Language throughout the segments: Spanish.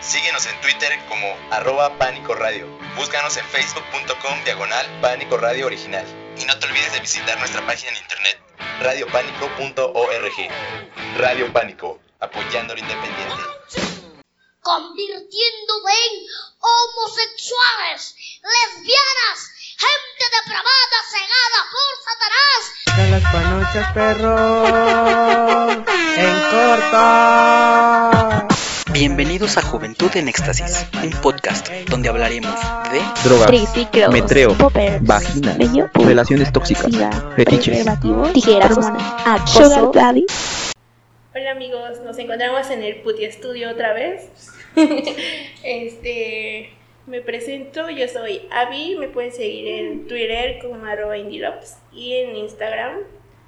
Síguenos en Twitter como @Pánico Radio. Búscanos en facebook.com/Pánico Radio Original. Y no te olvides de visitar nuestra página en internet, radiopánico.org. Radio Pánico, apoyando lo independiente. Convirtiéndose en homosexuales, lesbianas, gente depravada, cegada por Satanás. De las panochas, perro, en corto. Bienvenidos a Juventud en Éxtasis, un podcast donde hablaremos de drogas, triciclos, metreo, poppers, vaginas, bello, relaciones tóxicas, sida, fetiches, preservativos, tijeras, acoso, sugar daddy. Hola amigos, nos encontramos en el Puti Estudio otra vez. Me presento, yo soy Abby, me pueden seguir en Twitter como @IndieLops y en Instagram.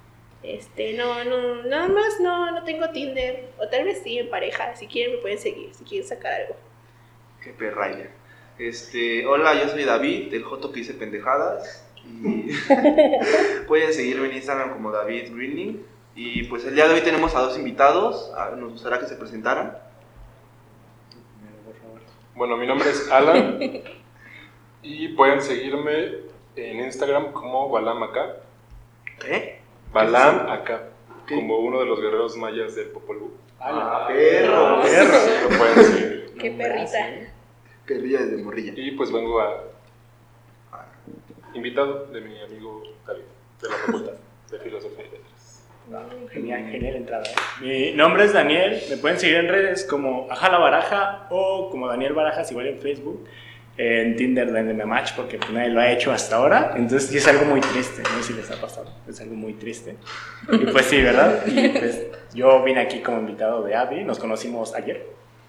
Nada más no tengo Tinder, o tal vez sí en pareja, si quieren me pueden seguir, si quieren sacar algo. Qué perraya. Hola, yo soy David, el joto que dice pendejadas. Y pueden seguirme en Instagram como David Greening. Y pues el día de hoy tenemos a dos invitados. Nos gustaría que se presentaran. Bueno, mi nombre es Alan y pueden seguirme en Instagram como Balam acá. ¿Qué? Balam acá, como uno de los guerreros mayas del Popol Vuh. Perro. Lo pueden seguir. Qué perrita. Perrilla desde morrilla. Y pues vengo invitado de mi amigo David, de la Facultad de Filosofía y Letras. Genial entrada. Mi nombre es Daniel, me pueden seguir en redes como Ajala Baraja o como Daniel Barajas, igual en Facebook. En Tinder denme match porque nadie lo ha hecho hasta ahora, entonces sí es algo muy triste, no sé si les ha pasado, es algo muy triste. Y pues sí, ¿verdad? Y pues yo vine aquí como invitado de Abby, nos conocimos ayer.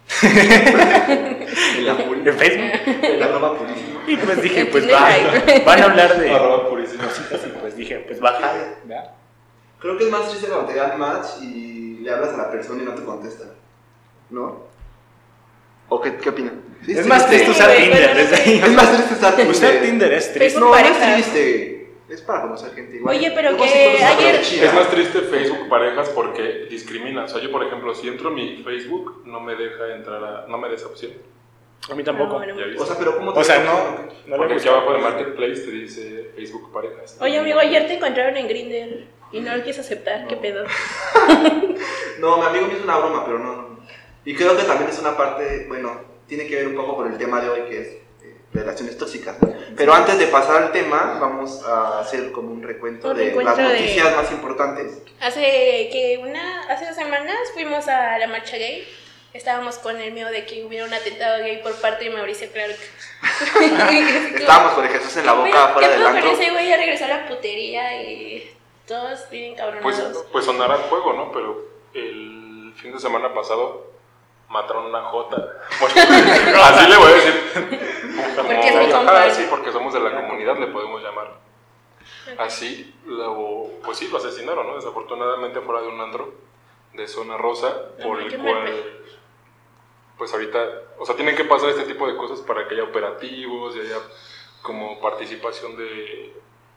En Facebook. En arroba purísimo. Y pues dije, pues van a hablar de cositas y pues dije, pues baja, ¿verdad? Creo que es más triste cuando te dan match y le hablas a la persona y no te contesta, ¿no? ¿O qué opinan? ¿Sí, es más triste usar Tinder desde ahí. Es más triste usar Tinder. Usar Tinder es triste. No es triste. Es para conocer gente igual. Oye, pero luego que ayer... Es más triste Facebook parejas porque discrimina. O sea, yo por ejemplo, si entro a mi Facebook, no me deja entrar no me da esa opción. A mí tampoco. Bueno. O sea, pero ¿cómo te no porque le aquí abajo de Marketplace te dice Facebook parejas. Oye amigo, ayer te encontraron en Grindr y no lo quieres aceptar, ¿qué pedo? No, mi amigo me hizo una broma, pero no. Y creo que también es una parte, bueno, tiene que ver un poco con el tema de hoy, que es relaciones tóxicas, ¿no? Pero antes de pasar al tema, vamos a hacer como un recuento de las noticias más importantes. Hace 2 semanas fuimos a la marcha gay. Estábamos con el miedo de que hubiera un atentado gay por parte de Mauricio Clark. Estábamos con el Jesús en la boca, fuera del antro. Pero ese güey ya regresó a la putería y todos vienen cabronados. Pues sonará el juego, ¿no? Pero el fin de semana pasado mataron una jota. Bueno, así le voy a decir. Porque es mi compadre. Sí, porque somos de la comunidad, le podemos llamar. Así, pues sí, lo asesinaron, ¿no? Desafortunadamente fuera de un antro de zona rosa, por el cual, pues ahorita, o sea, tienen que pasar este tipo de cosas para que haya operativos y haya como participación de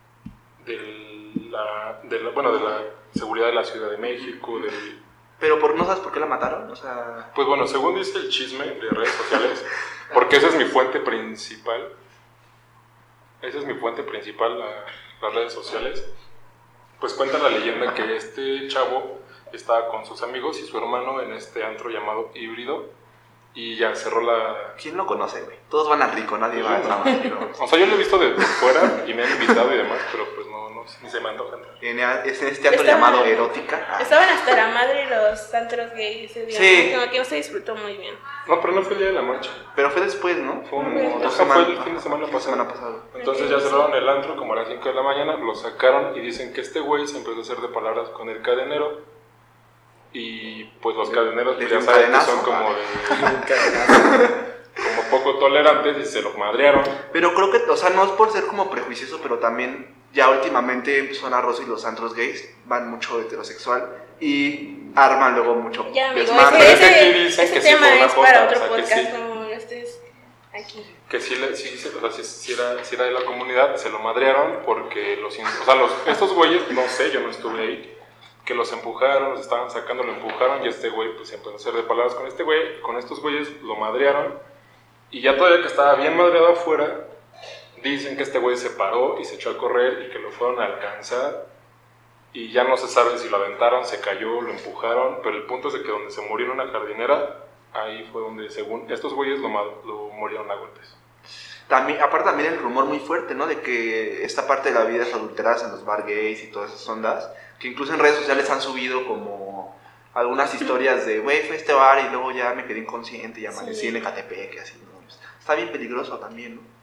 la seguridad de la Ciudad de México, Pero ¿no sabes por qué la mataron? O sea... Pues bueno, según dice el chisme de redes sociales, porque esa es mi fuente principal, las redes sociales, pues cuenta la leyenda que este chavo estaba con sus amigos y su hermano en este antro llamado Híbrido y ya cerró la... ¿Quién lo conoce, güey? Todos van al rico, nadie va a esa madre. O sea, yo lo he visto de fuera y me han invitado y demás, pero pues no ni se me antoja entrar. En este antro llamado Erótica. Estaban hasta la madre los antros gays ese día. Sí. Como que no se disfrutó muy bien. No, pero no fue el día de la marcha. Pero fue después, ¿no? Fue el fin de semana pasado. Entonces ya cerraron el antro como a las 5 de la mañana, lo sacaron y dicen que este güey se empezó a hacer de palabras con el cadenero. Y pues los cadeneros pues, ya saben que son como como poco tolerantes y se los madrearon. Pero creo que, o sea, no es por ser como prejuicioso, pero también ya últimamente Zona Rosa y los antros gays van mucho heterosexual y arman luego mucho. Ya, amigo, ese tema es para otro podcast, no estés aquí. Que si era de la comunidad, se lo madrearon porque estos güeyes, no sé, yo no estuve ahí, que los empujaron, los estaban sacando, lo empujaron y este güey pues se empezó a hacer de palabras con este güey, con estos güeyes lo madrearon y ya todavía que estaba bien madreado afuera, dicen que este güey se paró y se echó a correr y que lo fueron a alcanzar y ya no se sabe si lo aventaron, se cayó, lo empujaron, pero el punto es de que donde se murió en una jardinera, ahí fue donde según estos güeyes lo murieron a golpes. Aparte también el rumor muy fuerte, ¿no? De que esta parte de la vida es adulterada en los bar gays y todas esas ondas, que incluso en redes sociales han subido como algunas historias de, güey, fue a este bar y luego ya me quedé inconsciente y amanecí en Ecatepec, así, ¿no? Está bien peligroso también, ¿no?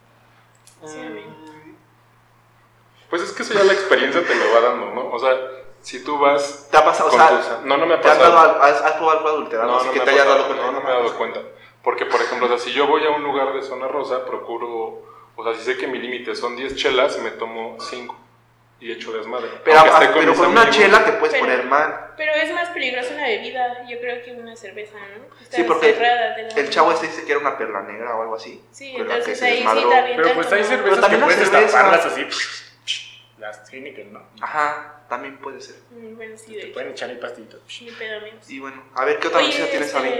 Pues es que eso ya la experiencia te lo va dando, ¿no? O sea, si tú vas... ¿Te ha pasado? No me ha pasado. ¿Has probado algo adulterado? No me he dado cuenta. Porque, por ejemplo, o sea, si yo voy a un lugar de zona rosa, procuro... O sea, si sé que mi límite son 10 chelas, me tomo 5 y echo desmadre. Pero con una chela te puedes poner mal. Pero es más peligroso una bebida, yo creo, que una cerveza, ¿no? Sí, porque el chavo dice que era una perla negra o algo así. Sí, entonces ahí sí también. Pero pues hay cervezas que puedes destaparlas así. Las clínicas, ¿no? Ajá, también puede ser. Bueno, sí, te pueden echar el pastito. Ni pedo, amigos. Y bueno, a ver, ¿qué otra noticia tienes, Fabi?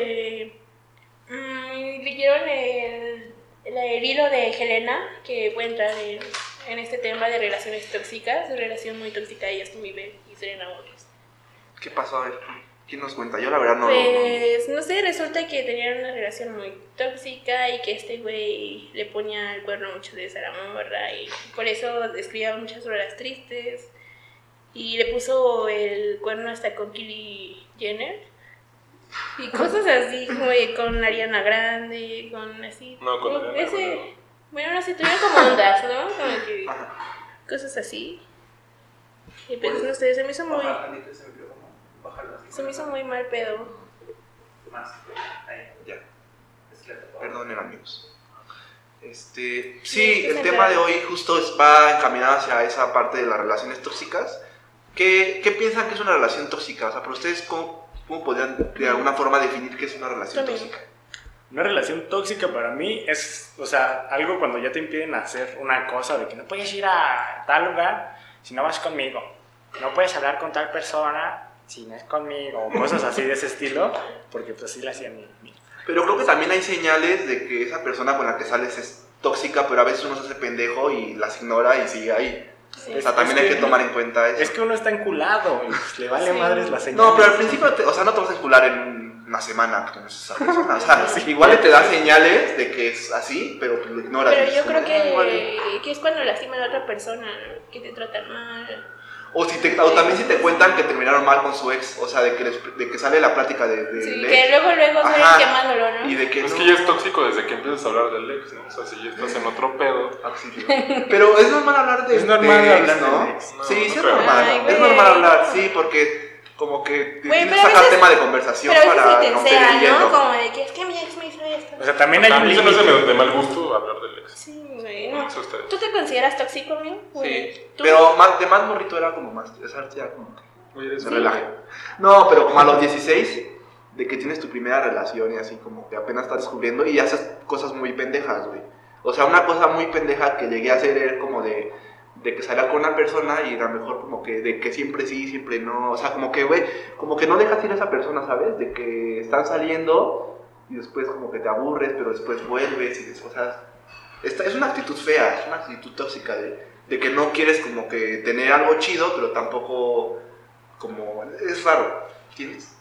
Leyeron el hilo de Helena, que puede entrar en este tema de relaciones tóxicas, de relación muy tóxica de Justin Bieber y Selena Gomez. ¿Qué pasó? A ver, ¿quién nos cuenta? Yo la verdad no... Pues, no sé, resulta que tenían una relación muy tóxica y que este güey le ponía el cuerno muchas veces a la morra y por eso escribía muchas horas tristes y le puso el cuerno hasta con Kylie Jenner y cosas así, como con Ariana Grande, con así... No, con Ariana ese... Bueno, no sé, tuvieron como ondas, ¿no? Como que cosas así. Y pues, no sé, se me hizo muy... Se me hizo muy mal pedo. Ya. Perdonen, amigos. Sí, el tema de hoy justo va encaminado hacia esa parte de las relaciones tóxicas. ¿Qué piensan que es una relación tóxica? O sea, para ustedes, ¿cómo podrían de alguna forma definir qué es una relación tóxica? Una relación tóxica para mí es, o sea, algo cuando ya te impiden hacer una cosa, de que no puedes ir a tal lugar si no vas conmigo, no puedes hablar con tal persona si no es conmigo, o cosas así de ese estilo, porque pues así la hacían mi. Pero creo que también hay señales de que esa persona con la que sales es tóxica, pero a veces uno se hace pendejo y las ignora y sigue ahí. Sí, o sea, también hay que tomar en cuenta eso. Es que uno está enculado y pues, le vale madres la señal. No, pero al principio, o sea, no te vas a encular en una semana con esa persona. O sea, igual te da señales de que es así, pero lo ignoras. Pero yo creo que es cuando lastiman a otra persona, ¿no? Que te tratan mal. O también si te cuentan que terminaron mal con su ex, o sea, de que sale la plática de sí, que luego salen quemándolo, ¿no? Y de que es que ya es tóxico desde que empiezas a hablar del ex, ¿no? O sea, si ya estás en otro pedo. Pero es normal hablar de es normal de hablar ex, ¿no? del ex. No, sí, es normal. Es normal hablar, sí, porque como que tienes que sacar tema de conversación para romper el hielo, ¿no? Como de que es que mi ex me hizo esto. O sea, también hay un límite. No es de mal gusto hablar del ex. Sí, güey. No. ¿Tú te consideras tóxico, amigo? Sí, pero de más morrito era como más, esa ya como que se relaja. No, pero como a los 16, de que tienes tu primera relación y así como que apenas estás descubriendo y haces cosas muy pendejas, güey. O sea, una cosa muy pendeja que llegué a hacer era como de que salía con una persona y a lo mejor como que de que siempre sí, siempre no. O sea, como que, güey, como que no dejas ir a esa persona, ¿sabes? De que están saliendo y después como que te aburres, pero después vuelves y después, o sea, es una actitud fea, es una actitud tóxica de que no quieres como que tener algo chido, pero tampoco como... Es raro, ¿entiendes?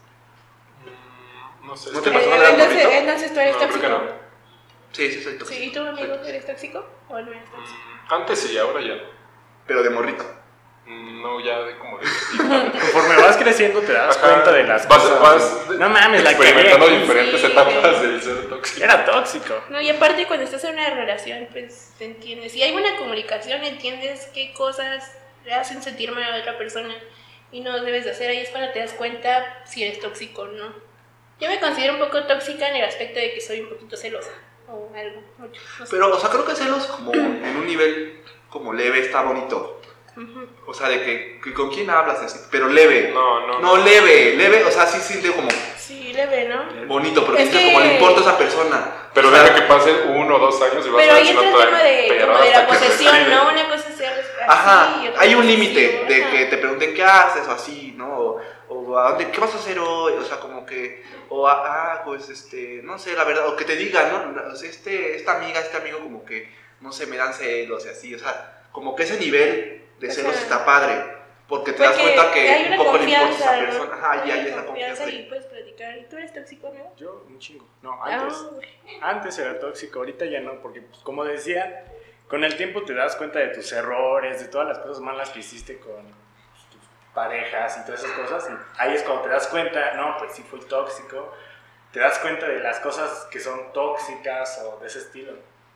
No sé. ¿No te pasó nada? Entonces tú eres tóxico. Creo que no. Sí, soy tóxico. Sí, ¿y tú, amigo, eres tóxico o no eres tóxico? Antes sí, ahora ya. Pero de morrito. No, ya de como de... Conforme vas creciendo te das cuenta de las cosas. No mames, la que experimentando diferentes etapas del ser tóxico. Era tóxico. No, y aparte cuando estás en una relación, pues te entiendes. Si hay buena comunicación, entiendes qué cosas le hacen sentir mal a la otra persona y no debes de hacer. Ahí es cuando te das cuenta si eres tóxico o no. Yo me considero un poco tóxica en el aspecto de que soy un poquito celosa o algo, mucho. No sé. Pero, o sea, creo que celos como en un nivel como leve está bonito. O sea, de que con quién hablas así, pero leve. No, leve, o sea, sí siente como... Sí, leve, ¿no? Bonito, pero sientes como le importa a esa persona. Pero deja que pasen 1 o 2 años y vas pero a ver ahí si entra no el tema de la posesión, ¿no? Una cosa es ser Ajá, Sí, hay un límite de ajá. que te pregunten qué haces o así, ¿no? O ¿a dónde, qué vas a hacer hoy? O sea, como que, pues, no sé, la verdad, o que te digan, ¿no? O sea, esta amiga, este amigo, como que, no sé, me dan celos y así, o sea, como que ese nivel de celos Ajá. está padre, porque te das Porque cuenta que hay un una poco le importa a confianza, esa ¿no? persona, ajá, y Hay hay esa confianza confianza. y puedes platicar. ¿Y tú eres tóxico, no? Yo, un chingo. No, antes. Ah, Antes era tóxico, ahorita ya no, porque pues, como decía, con el tiempo te das cuenta de tus errores, de todas las cosas malas que hiciste con tus parejas y todas esas cosas, y ahí es cuando te das cuenta, no, pues sí fui tóxico, te das cuenta de las cosas que son tóxicas o de ese estilo.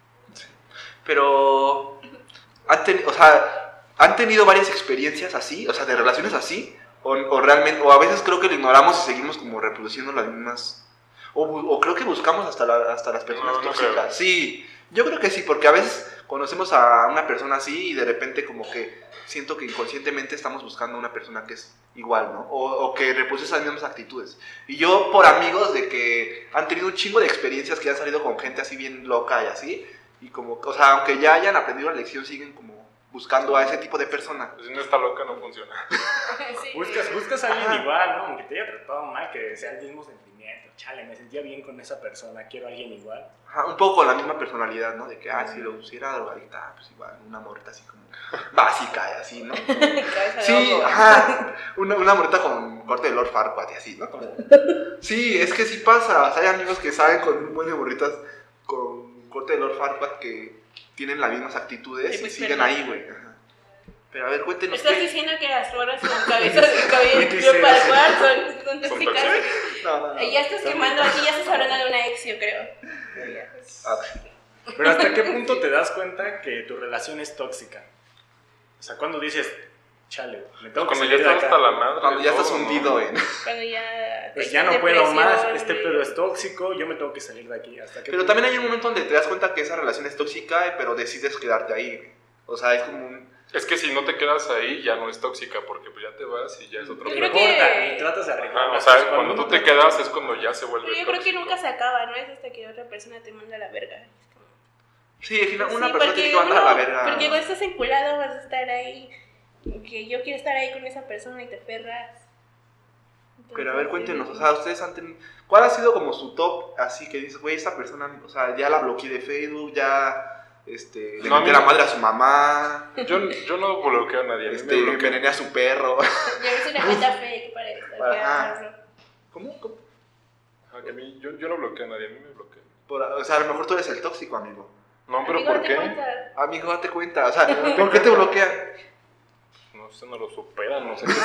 Pero, ¿han tenido varias experiencias así? O sea, de relaciones así, o realmente, o a veces creo que lo ignoramos y seguimos como reproduciendo las mismas, o creo que buscamos hasta las personas No, no tóxicas. creo. Sí, yo creo que sí, porque a veces conocemos a una persona así y de repente como que siento que inconscientemente estamos buscando a una persona que es igual, ¿no? O que reproduce esas mismas actitudes. Y yo por amigos de que han tenido un chingo de experiencias, que han salido con gente así bien loca y así, y como, o sea, aunque ya hayan aprendido la lección, siguen como buscando a ese tipo de persona. Pues si no está loca, no funciona. sí. Buscas a alguien Ajá. igual, ¿no? Aunque te haya tratado mal, que sea el mismo sentimiento. Chale, me sentía bien con esa persona, quiero a alguien igual. Ajá, un poco con la misma personalidad, ¿no? De que, si lo pusiera drogadicta, pues igual, una morrita así como básica y así, ¿no? Cabeza de Sí, ojo. ajá, una morrita con corte de Lord Farquaad y así, ¿no? Como... Sí, es que sí pasa, o sea, hay amigos que salen con un buen de morritas con corte de Lord Farquaad que tienen las mismas actitudes Sí, y pues, siguen perdón. ahí, güey. Ajá. Pero a ver, cuéntenos ¿Estás qué... diciendo que las morras con cabezas de cabello Sí, para sí. jugar son tóxicas? tóxicas. No. Ya estás quemando aquí, ya estás hablando de una ex, yo creo. A ver. Pero ¿hasta qué punto te das cuenta que tu relación es tóxica? O sea, cuando dices, chale, me tengo que Cuando ya salir de estás acá. hasta la madre. Cuando de ya estás todo, hundido ¿no? en... Cuando ya... Pues ya no puedo más, depresión, este güey. pedo es tóxico, yo me tengo que salir de aquí. ¿Hasta qué Pero punto? también hay un momento donde te das cuenta que esa relación es tóxica, pero decides quedarte ahí, güey. O sea, es como un... Es que si no te quedas ahí, ya no es tóxica, porque pues ya te vas y ya es otro Yo Te creo pedo. que- corta y tratas de arreglar. O las sea, cosas. cuando tú uno te trata- quedas es cuando ya se vuelve Pero yo creo que tóxico. nunca se acaba, ¿no? Es hasta que otra persona te manda a la verga. Es como- Sí, al final una Sí, persona porque tiene que mandar a la uno- verga. Porque cuando estás enculado vas a estar ahí, que yo quiero estar ahí con esa persona y te aferras. Pero a ver, cuéntenos, o sea, ustedes han tenido... ¿Cuál ha sido como su top así que dices, güey, esta persona, o sea, ya la bloqueé de Facebook, ya, le No, a metí mí la no. madre a su mamá, Yo no bloqueo a nadie, a mí me bloquean. envenené a su perro? Ya ves una cuenta fake para stalkearlo. ¿Cómo? Ajá, que a mí, yo no bloqueo a nadie, a mí me bloquean. O sea, a lo mejor tú eres el tóxico, amigo. No, pero Amigo, ¿por date qué? cuenta. Amigo, date cuenta, o sea, ¿por qué te bloquean? No sé, no lo superan, no sé qué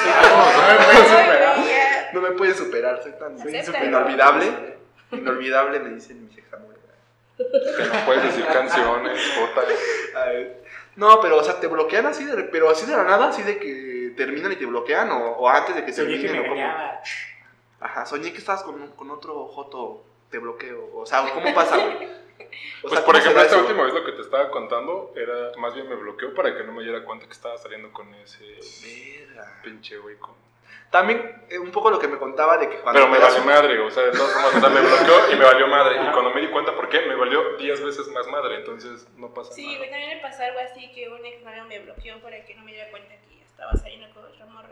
Ay, güey, ya. No me pueden superar, soy Acéptalo. súper inolvidable. Inolvidable, me dicen mis examores. Que no puedes decir canciones, jota. A ver. No, pero, o sea, te bloquean así, pero así de la nada, así de que terminan y te bloquean, o antes de que Soñé que terminen, me o como... engañaba. Ajá, soñé que estabas con otro joto, te bloqueo. O sea, ¿cómo pasa, güey? O Pues sea, por ¿cómo ejemplo, se da esta eso? última vez lo que te estaba contando era, más bien me bloqueó para que no me diera cuenta que estaba saliendo con ese Verga. pinche güey. También, un poco lo que me contaba de que cuando... Pero me te das valió madre, o sea, de todas formas, o sea, me bloqueó y me valió madre. Y cuando me di cuenta por qué, me valió 10 veces más madre, entonces no pasa Sí, nada. güey, también me pasó algo así que un exnovio me bloqueó para que no me diera cuenta que ya estaba saliendo con otra morra.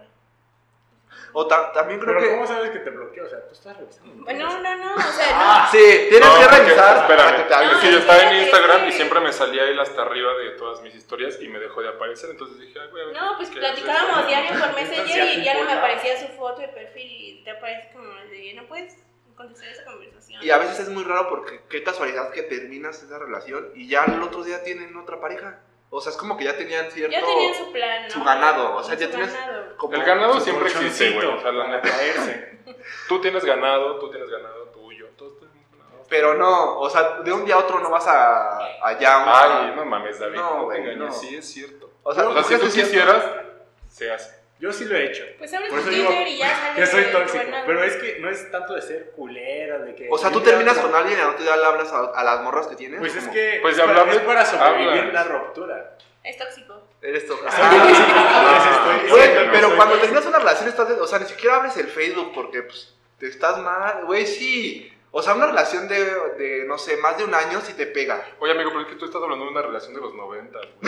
O también creo Pero que... ¿cómo sabes que te bloqueó? O sea, tú estás revisando. Bueno, no, o sea, Sí, tienes que porque, revisar para que te espérame, avise. es que yo estaba en No, Instagram es y que- siempre me salía él hasta arriba de todas mis historias y me dejó de aparecer, entonces dije, ay, voy a ver. no, pues qué platicábamos haces. diario por Entonces, Messenger ya y te ya no me importa. aparecía su foto de perfil y te aparece como de, no puedes contestar esa conversación. Y a veces es muy raro porque qué casualidad que terminas esa relación y ya el otro día tienen otra pareja. O sea, es como que ya tenían cierto... Ya tenían su plan, ¿no? su ganado, o sea, Su ya tienes ganado. como... El ganado Su siempre existe, güey, o sea, la para neta. caerse. Tú tienes ganado tuyo, todos tenemos ganado. Pero no, o sea, de un día a otro no vas allá. Ay, no mames, David, No, no, güey, te engañes, no. sí es cierto. O sea, O sea, si ¿crees tú que sí es quisieras, se hace. Yo sí lo he hecho. Pues abres Por tu eso digo Twitter y ya sale que soy tu tóxico. ganado. Pero es que no es tanto de ser culera, de que... O sea, tú terminas con alguien y al otro día le hablas a las morras que tienes. Pues es como, que Pues es, para, hablarle- es para sobrevivir hablas. la ruptura. Es tóxico. Eres tóxico. Estoy- Güey, no pero soy- cuando terminas una relación estás... O sea, ni siquiera abres el Facebook porque, pues, te estás mal. Güey, sí. O sea, una relación de no sé, más de un año sí te pega. Oye, amigo, pero es que tú estás hablando de una relación de los 90, güey.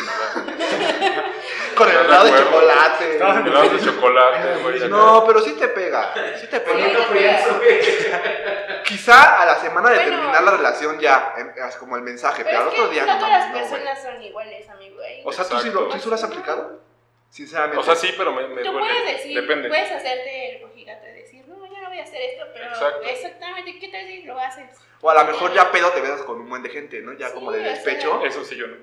Con el helado de chocolate. Helado de chocolate, güey. No, pero sí te pega. Sí te pega. Quizá a la semana de terminar la relación ya, como el mensaje, pero al otro día no todas las güey. personas son iguales, amigo. O sea, ¿tú sí lo has aplicado? Sinceramente. O sea, sí, pero me Tú duele. puedes decir, Depende. puedes hacerte el cojigato y decir, no, yo no voy a hacer esto, pero exactamente, ¿qué tal si lo haces? O a lo mejor ya pedo te besas con un buen de gente, ¿no? Ya Sí, como de o sea, despecho. Eso sí, yo no.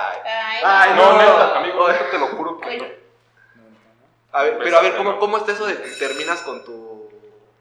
Ay, No, neta, amigo, te lo juro que Bueno. no. A ver, pero a ver, ¿cómo está eso de que terminas con tu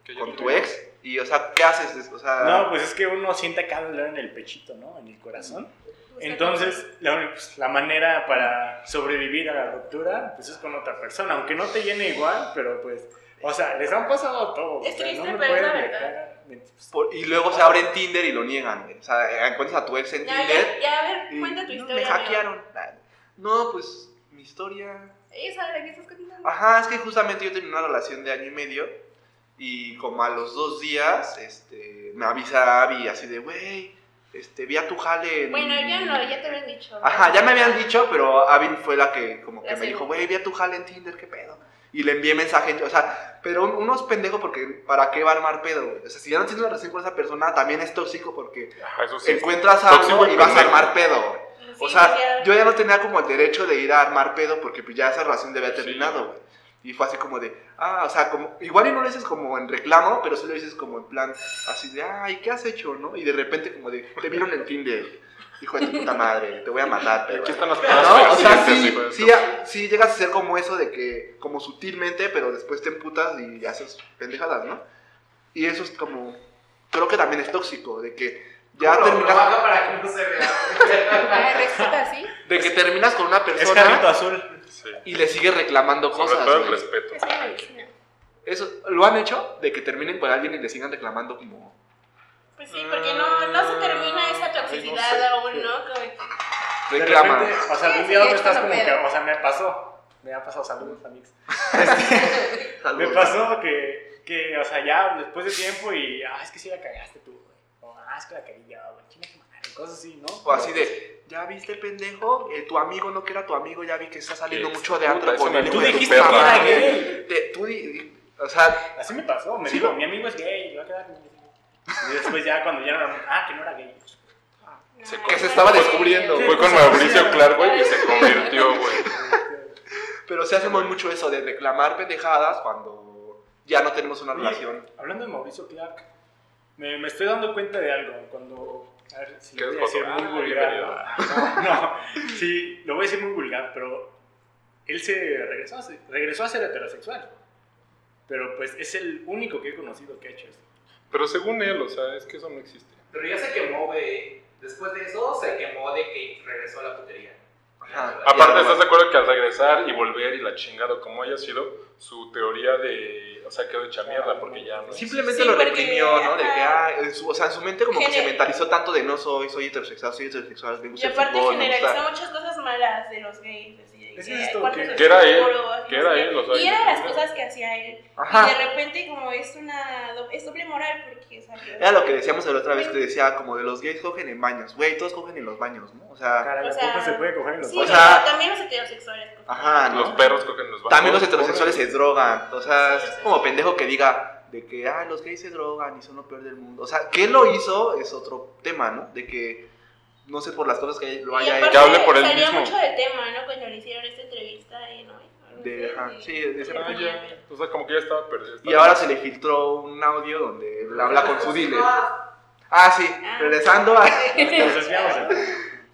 ex? Y, o sea, ¿qué haces? O sea... No, pues es que uno siente cada dolor en el pechito, ¿no? En el corazón. Entonces, la manera para sobrevivir a la ruptura, pues es con otra persona. Aunque no te llene igual, pero pues... O sea, les han pasado todo. Es triste, no me pero es la pueden verdad. dejar. Y luego se abren Tinder y lo niegan. O sea, encuentras a tu ex en Tinder. Ya, a ver, y cuenta tu no, historia. me hackearon. No, pues, mi historia... Esa de la que estás contando. Ajá, es que justamente yo tenía una relación de año y medio. Y como a los 2 días, me avisa Abby así de, güey, vi a tu jale en... Bueno, ya no, ya te habían dicho. Ajá, ya me habían dicho, pero Abby fue la que como que La me dijo, segunda. güey, vi a tu jale en Tinder, ¿qué pedo? Y le envié mensaje, o sea, pero uno es pendejo porque ¿para qué va a armar pedo, güey? O sea, si ya no tienes una relación con esa persona, también es tóxico porque Ajá, eso sí. encuentras Tóxico algo y vas a pendejo. armar pedo, güey. Sí, O sea, pues ya. yo ya no tenía como el derecho de ir a armar pedo porque pues ya esa relación debía haber Sí. terminado, güey. Y fue así como de, o sea, como, igual y no lo dices como en reclamo, pero sí lo dices como en plan, así de, ay, ¿qué has hecho, no? Y de repente como de, te vieron en Tinder, hijo de tu puta madre, te voy a matar, pero... Aquí están las No, pruebas o sea, fehacientes, sí, hijo de sí llegas a ser como eso de que, como sutilmente, pero después te emputas y haces pendejadas, ¿no? Y eso es como, creo que también es tóxico, de que ya terminas... para que no se vea. Resulta así. De que terminas con una Es carrito persona azul. Sí. y le sigues reclamando Sobre cosas, todo el güey. respeto. Es una medicina. Eso, ¿lo han hecho? De que terminen con alguien y le sigan reclamando como... Pues sí, porque no se termina esa toxicidad Ay, no sé. aún, ¿no? Como que- De Reclama. repente, o sea, de un Sí, día a otro es estás como como que, pedo. o sea, me ha pasado, saludos amigos. Me Saludos. pasó que, o sea, ya después de tiempo y, es que sí la cagaste tú, güey. O, es que la cagué yo, güey, chinga tu madre, cosas así, ¿no? O así de, ¿ya viste, pendejo? Tu amigo no que era tu amigo, ya vi que está saliendo Sí, mucho de puta, antro eso con me él. gusta Tú de tu dijiste que perra. era gay. O sea, Así me pasó, me ¿Sí, dijo, no? mi amigo es gay, va a quedar. Y después ya cuando ya no era, que no era gay. No, que se no, estaba no, descubriendo. no, Fue con Mauricio Clark, güey, y se convirtió, güey. pero sí hacemos mucho eso de reclamar pendejadas cuando ya no tenemos una relación. Hablando de Mauricio Clark, me estoy dando cuenta de algo. Cuando. A ver si ¿Qué lo voy a decir foto? muy vulgar. Bienvenido. No, sí, lo voy a decir muy vulgar, pero él regresó a ser heterosexual. Pero pues es el único que he conocido que ha hecho eso. Pero según él, o sea, es que eso no existe. Pero ya se quemó de... Después de eso, se quemó de que regresó a la putería. Ajá. Aparte, Ya, ¿estás de acuerdo que al regresar y volver y la chingada, como haya sido, su teoría de... O sea, quedó hecha mierda porque ya no... Simplemente Sí, lo porque, reprimió, ¿no? De que, ajá. en su mente como que se Gener- mentalizó tanto de no soy heterosexual, me gusta Y el aparte fútbol, me generalizó gusta... muchas cosas malas de los gays. Así, de Es que esto, cuartos que- de que era él, seguro, así, que no era sé él, qué. o sea, y eran las que- cosas que hacía él. Ajá. Y de repente como es es doble moral porque... O sea, Era lo que decíamos la otra vez, que decía como de los gays cogen en baños. Güey, todos cogen en los baños, ¿no? O sea, Caray, O ¿a sea, poco se puede coger en los sí, O baños? sea, también los heterosexuales. ajá, ¿no? Los perros cogen los baños. También los heterosexuales se drogan. O sea, Sí, es sí. como pendejo que diga de que, los gays se drogan y son lo peor del mundo. O sea, que él lo hizo es otro tema, ¿no? De que, no sé por las cosas que lo Y haya aparte hecho. hable por él salió mismo. mucho del tema, ¿no? Cuando le hicieron esta entrevista y ¿no? De ese Ah, ya. O sea, como que ya estaba perdido. Y ahora se le filtró un audio donde él habla con su dealer. Ah, sí, regresando a... Nos desviamos del tema.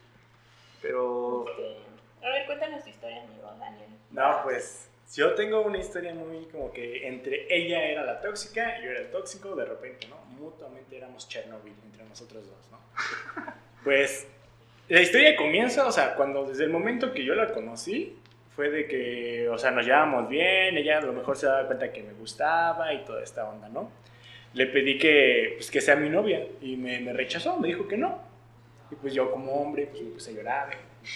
Pero... A ver, cuéntanos tu historia, amigo Daniel. No, pues yo tengo una historia muy como que entre ella era la tóxica y yo era el tóxico, de repente, ¿no? Mutuamente éramos Chernobyl entre nosotros dos, ¿no? Pues la historia comienza, o sea, cuando desde el momento que yo la conocí, fue de que, o sea, nos llevábamos bien, ella a lo mejor se daba cuenta que me gustaba y toda esta onda, ¿no? Le pedí que sea mi novia y me rechazó, me dijo que no. Y pues yo como hombre, pues me puse a llorar.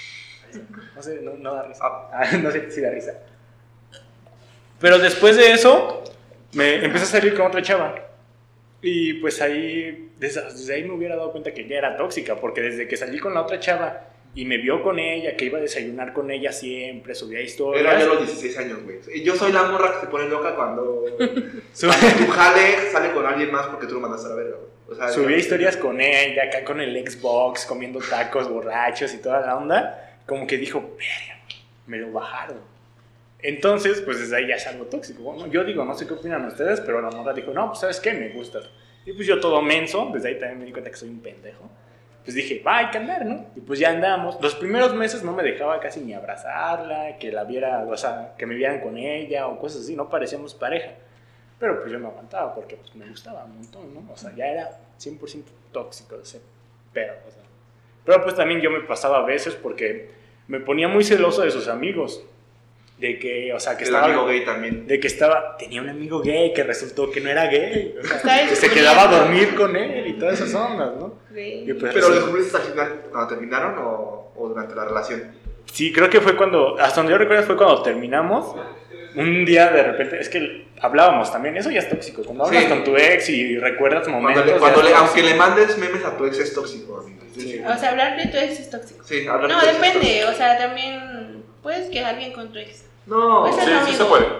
No sé, no da risa. No sé si da risa. Pero después de eso, me empecé a salir con otra chava. Y pues ahí, desde ahí me hubiera dado cuenta que ella era tóxica, porque desde que salí con la otra chava y me vio con ella, que iba a desayunar con ella siempre, subía historias. Era yo a los 16 años, güey. Yo soy la morra que se pone loca cuando tu jale sale con alguien más porque tú lo mandaste a la verga, güey. O sea, subía historias con ella, acá con el Xbox, comiendo tacos borrachos y toda la onda. Como que dijo, verga, me lo bajaron. Entonces, pues desde ahí ya es algo tóxico. Bueno, yo digo, no sé qué opinan ustedes, pero la morra dijo, no, pues ¿sabes qué? Me gustas. Y pues yo todo menso, desde ahí también me di cuenta que soy un pendejo. Pues dije, va, hay que andar, ¿no? Y pues ya andamos. Los primeros meses no me dejaba casi ni abrazarla, que la viera, o sea, que me vieran con ella o cosas así, no parecíamos pareja. Pero pues yo me aguantaba porque pues me gustaba un montón, ¿no? O sea, ya era 100% tóxico ese pedo, o sea. Pero pues también yo me pasaba a veces porque me ponía muy celoso de sus amigos. De que, o sea, que el estaba... amigo gay también. De que estaba... Tenía un amigo gay que resultó que no era gay. O sea, que se quedaba a dormir con él y todas esas ondas, ¿no? Sí. Y pues, ¿Pero lo descubriste al final cuando terminaron o durante la relación? Sí, creo que fue cuando... Hasta donde yo recuerdo fue cuando terminamos. Un día de repente... Es que hablábamos también. Eso ya es tóxico. Cuando hablas con tu ex y recuerdas momentos... Aunque le mandes memes a tu ex es tóxico, amigo. Sí. O sea, hablar de tu ex es tóxico. Sí, hablar no, de tu ex depende. O sea, también puedes quejar bien con tu ex. No, pues sí se puede.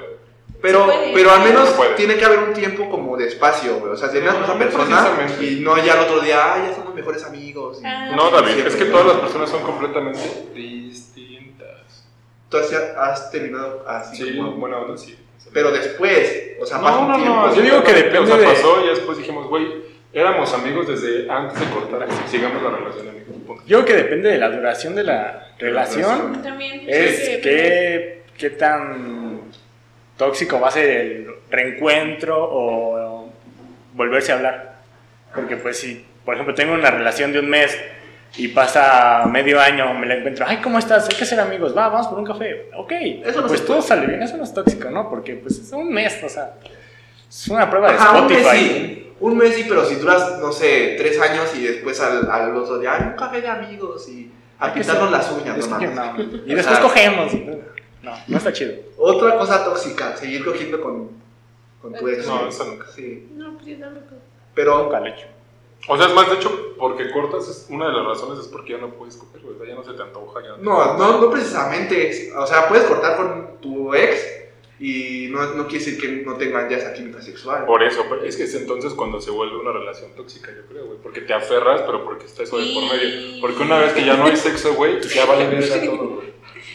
Pero al menos tiene que haber un tiempo como de espacio, güey. O sea, tenías a esa persona y no ya el otro día, ya somos mejores amigos. No, David, es que todas las personas son completamente distintas. Tú has terminado así. Sí, como... buena onda, sí. Pero después, o sea, pasa un tiempo. No, yo digo que depende o sea, de... pasó y después dijimos, güey, éramos amigos desde antes de cortar, sigamos la relación, amigos. Yo creo que depende de la duración de la relación. También. Es qué tan tóxico va a ser el reencuentro o volverse a hablar. Porque pues si, por ejemplo, tengo una relación de un mes y pasa medio año, me la encuentro, ay, ¿cómo estás? Hay que ser amigos, vamos por un café. Ok, eso no pues todo sale bien, eso no es tóxico, ¿no? Porque pues es un mes, o sea, es una prueba de Spotify. Un mes sí, pero si duras, no sé, 3 años y después al otro día, un café de amigos y a pintarnos las uñas, no. Y después cogemos. No está chido. Otra cosa tóxica, seguir cogiendo con tu ex. No, eso nunca. Sí. No, pues yo tampoco. Pero nunca lo he hecho. O sea, es más, de hecho, porque cortas, una de las razones es porque ya no puedes coger, o sea, ya no se te antoja. Ya no precisamente. O sea, puedes cortar con tu ex y no quiere decir que no tengan ya esa química sexual. Por eso, es que es entonces cuando se vuelve una relación tóxica, yo creo, güey. Porque te aferras, pero porque está eso de por medio. Porque una vez que ya no hay sexo, güey, ya vale verga todo, güey.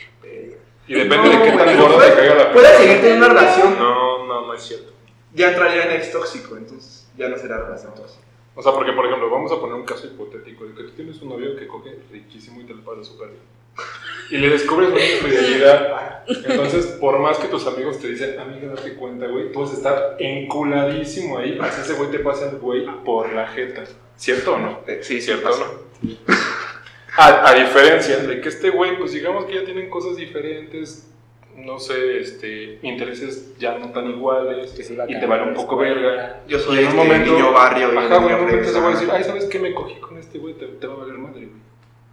Y depende de qué tan gordo te caiga la persona. Puedes seguir teniendo una relación. No es cierto. Ya entraría en ex tóxico, entonces ya no será relación tóxica. O sea, porque por ejemplo, vamos a poner un caso hipotético de que tú tienes un novio que coge riquísimo y te lo pasa súper bien. Y le descubres una infidelidad. Entonces, por más que tus amigos te dicen, amiga, date cuenta, güey, tú vas a estar enculadísimo ahí. Así ese güey te pasa el güey por la jeta. ¿Cierto o no? Sí, ¿cierto o no? A diferencia de que este güey, pues digamos que ya tienen cosas diferentes, no sé, intereses ya no tan iguales, y te vale un poco verga. Yo soy en un momento, niño barrio. Ajá, güey, en un momento se va a decir, ay, ¿sabes qué? Me cogí con este güey, te va a valer madre, güey.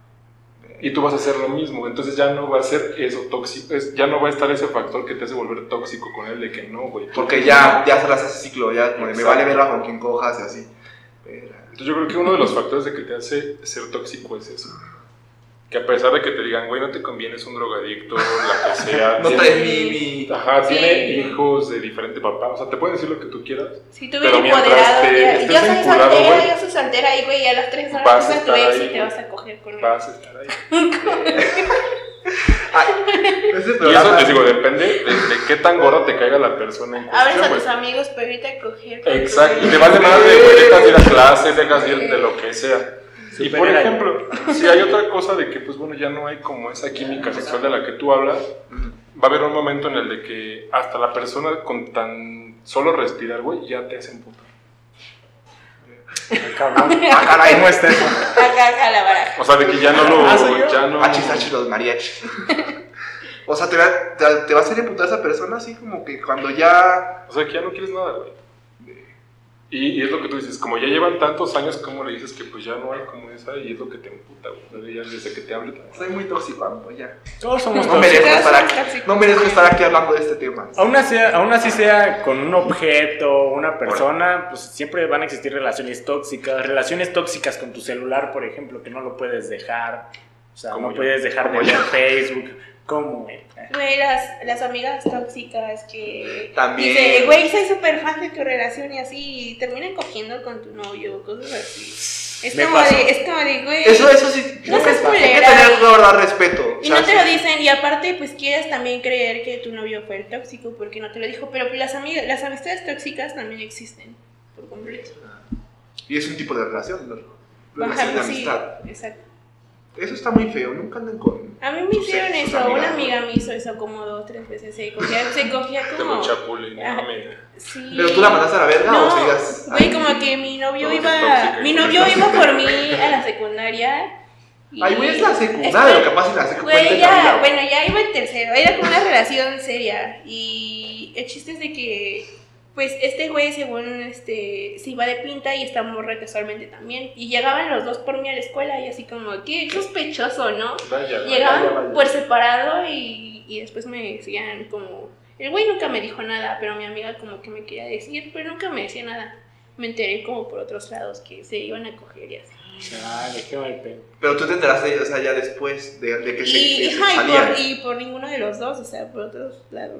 Y tú vas a hacer lo mismo, entonces ya no va a ser eso tóxico, ya no va a estar ese factor que te hace volver tóxico con él, de que no, güey. Porque ya cerras ese ciclo, ya como de, me vale verga con quien cojas y así. Entonces yo creo que uno de los factores de que te hace ser tóxico es eso. Que a pesar de que te digan, güey, no te conviene, es un drogadicto, la que sea. No traes mi... Ajá, tiene hijos de diferente papá. O sea, te pueden decir lo que tú quieras. Si tú ves empoderado, yo soy soltera, yo soy soltera y, güey, a las 3 horas vas a tu ex y te vas a coger con él. Vas a estar ahí. Y eso te digo, depende de qué tan gorda te caiga la persona en cuestión. Abres a tus amigos para irte a coger. Exacto, y te vas de madre, güey, dejas de ir a clases, dejas de ir de lo que sea. Y por ejemplo, si hay otra cosa de que, pues bueno, ya no hay como esa química sexual de la que tú hablas, va a haber un momento en el de que hasta la persona con tan solo respirar, güey, ya te hace emputar. Caray, ¿cómo está eso? Acá la baraja. O sea, de que ya no lo... ya no... Achis los mariachis. O sea, te va a hacer emputar a esa persona así como que cuando ya... O sea, que ya no quieres nada, güey. Y es lo que tú dices, como ya llevan tantos años, ¿cómo le dices que pues ya no hay como esa? Y es lo que te emputa, güey. Ya desde que te hable. Soy muy tóxico, amigo, ya. Todos somos No tóxicos. merezco estar aquí hablando de este tema. Aún así sea con un objeto, una persona, pues siempre van a existir relaciones tóxicas con tu celular, por ejemplo, que no lo puedes dejar. O sea, no puedes dejar de ver Facebook. ¿Cómo, güey? Güey, las amigas tóxicas que También. dice, güey, soy súper fan de tu relación y así, y terminan cogiendo con tu novio, cosas así. Es como de, güey. Eso sí. No seas hay que culera. tener, la verdad, respeto. Y no te lo dicen, y aparte, pues quieres también creer que tu novio fue el tóxico porque no te lo dijo, pero las amistades tóxicas también existen por completo. Y es un tipo de relación, ¿no? Ajá, Relación de pues sí, amistad. exacto. Eso está muy feo, nunca anden con... A mí me hicieron sus eso, amigas, una ¿no? amiga me hizo eso como 2 o 3 veces, se cogía Te como... lo chapulín, Ajá. amiga. Sí. ¿Pero tú la mandaste a la verga No, o sigas? güey, como que mi novio No, iba... tóxica, Mi novio iba por mí a la secundaria. Y... Ay, güey, es la secundaria, lo que pasa en la secundaria. Güey, ya iba en tercero, era como una relación seria. Y el chiste es de que, pues, este güey, según, se iba de pinta y esta morra casualmente también. Y llegaban los dos por mí a la escuela y así como, qué sospechoso, ¿no? Llegaban por separado y después me decían como... El güey nunca me dijo nada, pero mi amiga como que me quería decir, pero nunca me decía nada. Me enteré como por otros lados que se iban a coger y así. Ay, qué mal pedo. Pero tú te enteraste, o sea, ya después de que se Ajá, salían. y por ninguno de los dos, o sea, por otros lados.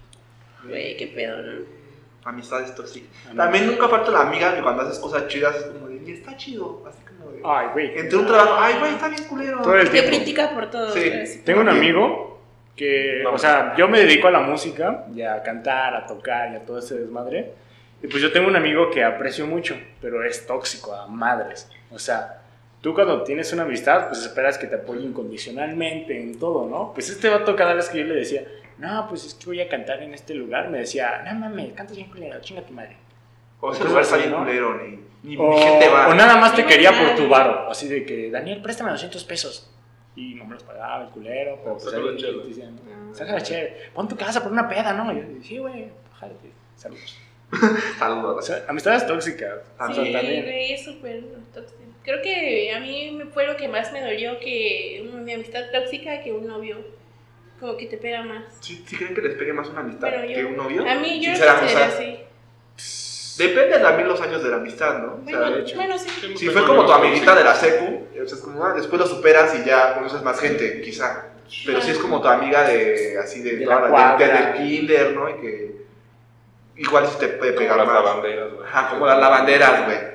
Güey, qué pedo, ¿no? Amistades tóxicas. También nunca falta la amiga que cuando haces cosas chidas es como de, está chido, así como de... Ay, güey. Entre un trabajo, ay, güey, está bien culero. Todo el Te tiempo. critica por todo. Sí. ¿sabes? Tengo un amigo que, o sea, yo me dedico a la música y a cantar, a tocar y a todo ese desmadre. Y pues yo tengo un amigo que aprecio mucho, pero es tóxico a madres. O sea, tú cuando tienes una amistad, pues esperas que te apoye incondicionalmente en todo, ¿no? Pues este vato cada vez que yo le decía, no, pues es que voy a cantar en este lugar, me decía, no mames, cantas bien culero, chinga tu madre. O ese lugar está bien ¿no? culero, ni gente va. O nada más te No, quería nadie. por tu varo, así de que, Daniel, préstame 200 pesos. Y no me los pagaba el culero, pero pues Saca la ahí chela. te decían, saca la chévere, pon tu casa por una peda, ¿no? Y yo, sí, güey, jálate, saludos. Saludos. O sea, amistades tóxicas. O sea, Sí, también. güey, es súper tóxico. Creo que a mí fue lo que más me dolió que mi amistad tóxica que un novio. Como que te pega más. ¿Sí creen que les pegue más una amistad Pero que un novio? A mí yo lo Sinceramente, considero o sea, así. depende también los años de la amistad, ¿no? O sea, Bueno, sí. si fue como tu amiguita de la secu, o sea, es como, después lo superas y ya conoces más gente, quizá. Pero si es como tu amiga de, así de De toda la la cuadra. del kinder, ¿no? Y que igual sí te puede Como pegar las más. lavanderas, güey. Ajá, como las lavanderas, güey.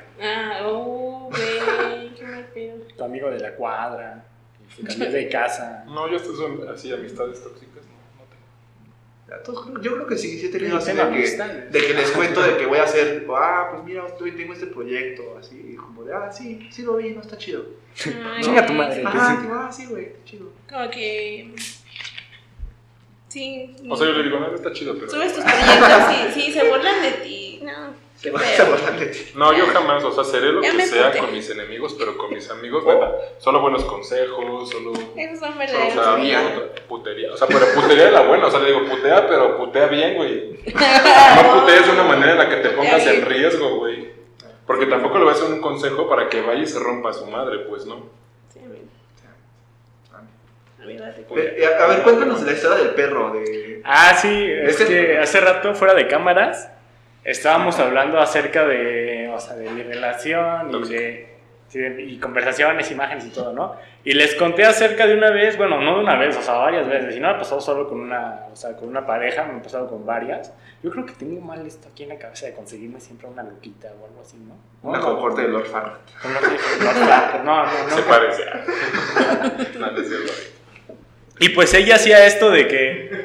Güey, qué mal pedo. Tu amigo de la cuadra, que se cambió de casa. No, yo estas son así, amistades tóxicas, no tengo. Entonces, yo creo que sí he tenido Sí, así tengo de que les cuento de que voy a hacer, pues mira, tengo este proyecto, así, y como de, sí lo vi, no está chido. Ay, Chinga tu madre. Sí, güey, está chido. Como que. Sí. O sea, yo le digo, no, está chido, pero... Subes tus proyectos y sí, se burlan de ti. No, qué Se feo. burlan de ti. No, yo jamás, o sea, seré lo Ya que me sea puté. con mis enemigos, pero con mis amigos, neta, solo buenos consejos, solo... Esos son O verdaderos sea, amigos. putería. O sea, pero putería de la buena. O sea, le digo, putea, pero putea bien, güey. No putees de una manera en la que te pongas en riesgo, güey. Porque tampoco le vas a dar un consejo para que vaya y se rompa a su madre, pues, ¿no? Sí, amigo. Amigo, date A ver, cuéntanos la historia del perro. Sí, es que hace rato fuera de cámaras estábamos hablando acerca de, o sea, de mi relación y conversaciones, imágenes y todo, ¿no? Y les conté acerca de una vez, bueno, no de una vez, o sea, varias veces, y no me ha pasado solo con una pareja, me ha pasado con varias. Yo creo que tengo mal esto aquí en la cabeza de conseguirme siempre una loquita o algo así, ¿no? Una cohorte de Lord Farquaad. No. Se parece. No, no es cierto. Y pues ella hacía esto de que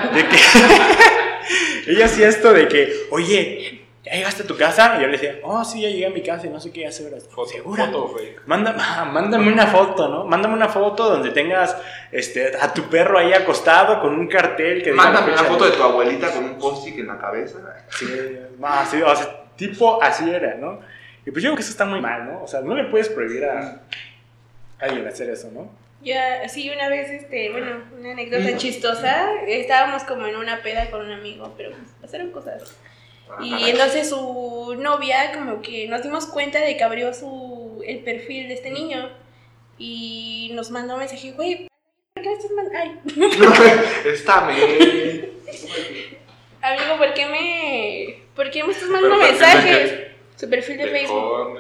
ella hacía esto de que, oye, ¿ya llegaste a tu casa? Y yo le decía, sí, ya llegué a mi casa y no sé qué hace horas. ¿Segura? Foto fake. Mándame una foto, ¿no? Mándame una foto donde tengas a tu perro ahí acostado con un cartel que diga Mándame la una fecha foto de tu abuelita con un post-it en la cabeza. Sí, o sea, tipo así era, ¿no? Y pues yo creo que eso está muy mal, ¿no? O sea, no le puedes prohibir a alguien hacer eso, ¿no? Ya, sí, una vez, bueno, una anécdota chistosa. Estábamos como en una peda con un amigo, pero pues, pasaron cosas. Y entonces su novia como que nos dimos cuenta de que abrió el perfil de este niño y nos mandó un mensaje, güey, ¿por qué me estás mandando? Ay. Está bien. Amigo, ¿por qué me estás mandando mensajes? Su perfil de Facebook.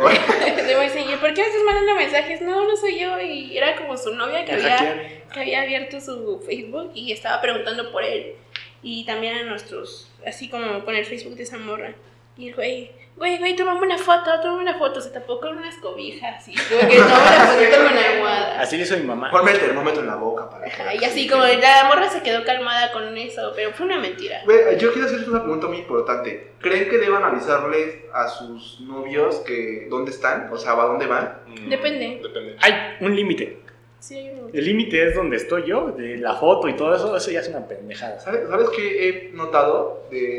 De Messenger. ¿Por qué me estás mandando mensajes? No soy yo. Y era como su novia que había abierto su Facebook y estaba preguntando por él. Y también a nuestros, así como con el Facebook de esa morra. Y el güey, tómame una foto. Se tapó con unas cobijas. Y tuve que tomar una fotito con almohada. Así le hizo mi mamá. Ponme el termómetro en la boca para Y así como la morra se quedó calmada con eso, pero fue una mentira. Güey, yo quiero hacerles una pregunta muy importante. ¿Creen que deban avisarles a sus novios que dónde están? O sea, ¿a dónde van? Depende. Hay un límite. Sí, hay un límite. El límite es donde estoy yo, de la foto y todo eso ya es una pendejada. ¿Sabes qué he notado de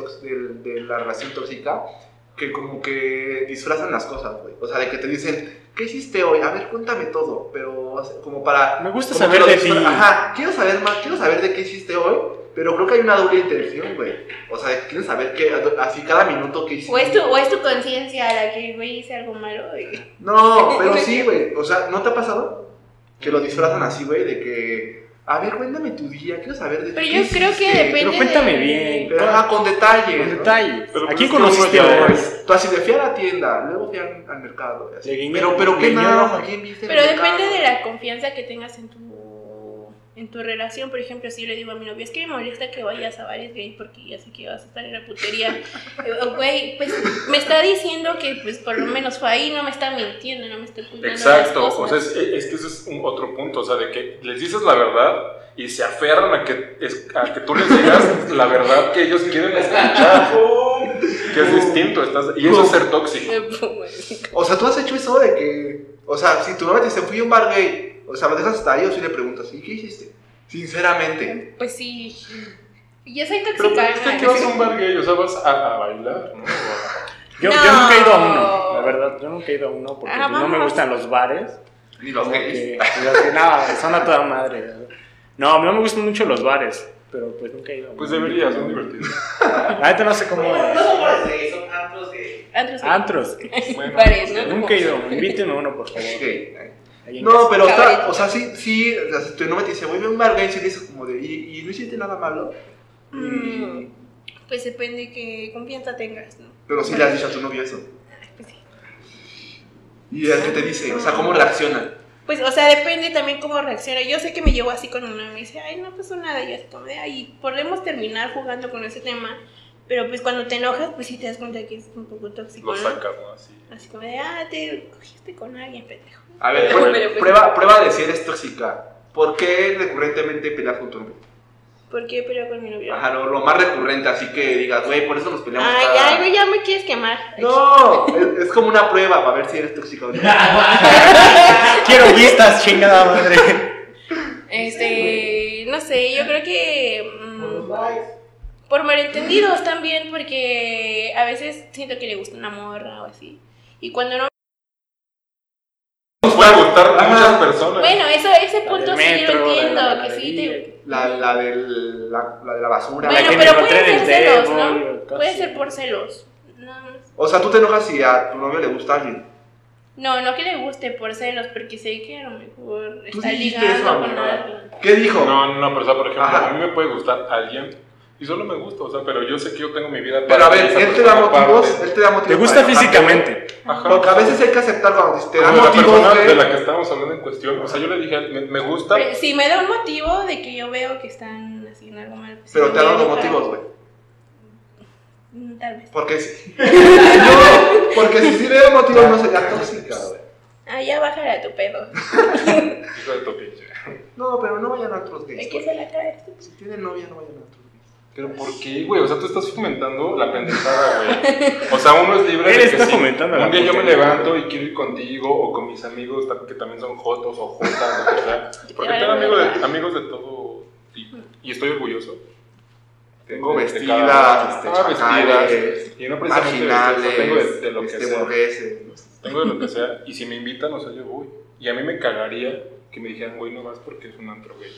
la relación tóxica? Que como que disfrazan las cosas, güey. O sea, de que te dicen, ¿qué hiciste hoy? A ver, cuéntame todo. Pero como para... Me gusta saber de ti. Ajá, quiero saber de qué hiciste hoy. Pero creo que hay una doble intención, güey. O sea, quieren saber que así cada minuto que hiciste. O es tu conciencia la que, güey, hice algo malo. No, pero sí, güey. O sea, ¿no te ha pasado? Que lo disfrazan así, güey, de que... A ver, cuéntame tu día, quiero saber de ti. Pero yo creo que depende. Pero cuéntame bien. Pero con detalles. Con detalles. Pero ¿A quién conociste hoy? Tú así de fui a la tienda, luego fui al mercado. Así. Pero qué nada. ¿A quién viste? Pero depende de la confianza que tengas en tu relación. Por ejemplo, si yo le digo a mi novio, es que me molesta que vayas a bares gays porque ya sé que vas a estar en la putería. Güey, pues me está diciendo que pues por lo menos fue ahí, no me está mintiendo, no me está ocultando Exacto, las cosas. o sea, es que ese es otro punto, o sea, de que les dices la verdad y se aferran a que tú les digas la verdad que ellos quieren escuchar, que es distinto, y eso es ser tóxico. O sea, tú has hecho eso de que, o sea, si tu novia te dice, fui a un bar gay, o sea, lo dejas hasta ahí o si le preguntas, ¿y qué hiciste? Sinceramente. Pues sí. Yo soy Pero tóxica. ¿qué vas a un bar gay? O sea, vas a bailar, ¿no? Yo nunca he ido a uno, la verdad, yo nunca he ido a uno porque no me gustan los bares. Ni los gays. No, son a toda madre. No, no me gustan mucho los bares, pero pues nunca he ido a uno. Pues deberías, son divertidos. La neta no sé cómo es. No son bares gays, son antros gays. Antros. Bueno, Bares, ¿no? Nunca he ido, invítenme uno, por favor. No, pero o sea, sí, o sea, si tu novia te dice, voy a un bar gay, si le dices como de, ¿y no hiciste nada malo? Pues depende de qué confianza tengas, ¿no? Pero sí le has dicho a tu novio eso. Pues sí. ¿Y el que te dice? O sea, ¿cómo reacciona? Pues, o sea, depende también cómo reacciona. Yo sé que me llevo así con una y me dice, ay, no pasó nada. Y yo así como de, ay, podemos terminar jugando con ese tema. Pero pues cuando te enojas, pues sí te das cuenta que es un poco tóxico, Lo ¿no? sacas, ¿no? Así como de, te cogiste con alguien, pendejo. A ver, prueba de si eres tóxica. ¿Por qué recurrentemente peleas con tu novio? ¿Por qué peleo con mi novio? Ajá, lo más recurrente, así que digas, güey, por eso nos peleamos. Ay, güey, ya me quieres quemar. No, es como una prueba para ver si eres tóxica o no. Quiero vistas, chingada madre. No sé, yo creo que por malentendidos también, porque a veces siento que le gusta una morra o así. Y cuando no... Nos puede gustar a muchas personas. Bueno, ese punto sí metro, lo entiendo, la que sí te... La de la basura. Bueno, que me pero encontré puede en ser el celos, demo, ¿no? cosas. Puede ser por celos. Nada más. O sea, tú te enojas si a tu novio le gusta a alguien. No que le guste por celos, porque sé que a lo mejor Tú está dijiste ligando eso, con amiga. alguien. ¿Qué dijo? No, pero o sea, por ejemplo, Ajá. a mí me puede gustar alguien y solo me gusta, o sea, pero yo sé que yo tengo mi vida. Pero a ver, esa él te da persona motivos. aparte. ¿Te gusta físicamente? Ajá. Porque a veces hay que aceptar cuando te da Como la motivos. persona güey. de la que estábamos hablando en cuestión, o sea, yo le dije, me gusta. Pero si me da un motivo de que yo veo que están haciendo algo mal. Pues Pero sí te me ha dado voy a enojar. motivos, güey. Tal vez. Porque si. No, porque si sí le da motivos no sería tóxica, güey. Ya bájale a tu pedo. Hijo de tu pinche. No, pero no vayan a otros gays. Es que se la trae. Si tienen novia, no vayan a otros gays. ¿Pero por qué, güey? O sea, tú estás fomentando la pendejada, güey. O sea, uno es libre Él de está que si fomentando la un día yo me putería. levanto y quiero ir contigo o con mis amigos que también son jotos o jotas, o sea. Porque tengo amigos de todo tipo. Y estoy orgulloso. Tengo De vestidas, cada- chacales, vestidas. Y no precisamente marginales, tengo de lo que sea. burgueses. Tengo de lo que sea. Y si me invitan, o sea, yo voy. Y a mí me cagaría que me dijeran, güey, no vas porque es un antro gay.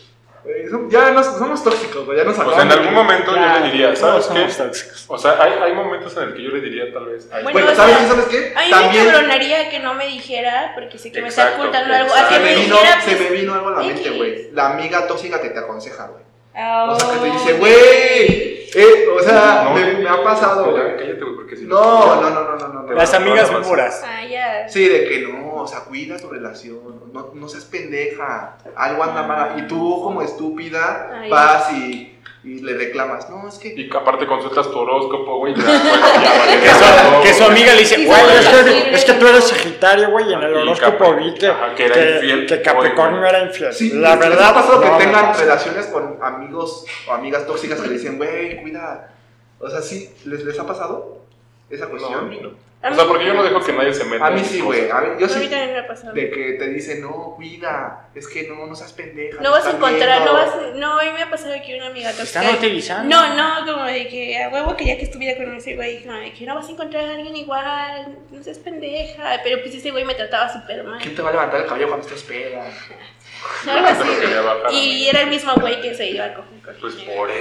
Ya no somos tóxicos, güey. Ya nos Pues en algún momento yo le diría, ¿sabes qué? Tóxicos. O sea, hay momentos en el que yo le diría tal vez. Ay, Bueno, Bueno, o sea, ¿sabes qué? A mí También me cabronaría que no me dijera, porque sé que me está Exacto, ocultando algo. exacto. A que me dijera, se pues, me vino algo a la mente, X. güey. La amiga tóxica que te aconseja, güey. Oh, O sea, que te dice, güey. O sea, no, me ha pasado, ya, güey. cállate, güey, porque si No. Las amigas víboras. Ah, ya. Sí, de que no, o sea, cuida tu relación, no seas pendeja, algo anda mal. Y tú, como estúpida, Ay. vas y le reclamas. No, es que. Y aparte consultas tu horóscopo, güey. Ya, Que su amiga le dice, Sí, güey, sí, es que tú eres Sagitario, güey, y en el horóscopo vi que era infiel, que Capricornio era infiel. Sí, La verdad, ¿les ha pasado no, que tengan no. relaciones con amigos o amigas tóxicas que le dicen, güey, cuida? O sea, sí, ¿les ha pasado esa No, a cuestión? mí no. O sea, porque yo no dejo que nadie se meta. A mí sí, güey. Yo A mí sí. también me ha pasado. De que te dicen, no, cuida, es que no seas pendeja. No te vas a están encontrar, viendo". no, a mí me ha pasado que una amiga Te tóxica. están utilizando. No, como de que a huevo quería que estuviera con ese güey, como de que no vas a encontrar a alguien igual, no seas pendeja. Pero pues ese güey me trataba súper mal. ¿Quién te va a levantar el cabello cuando estés peda? Algo así. Te lo quería bajar, Y era el mismo güey que se iba a coger con Pues ella. por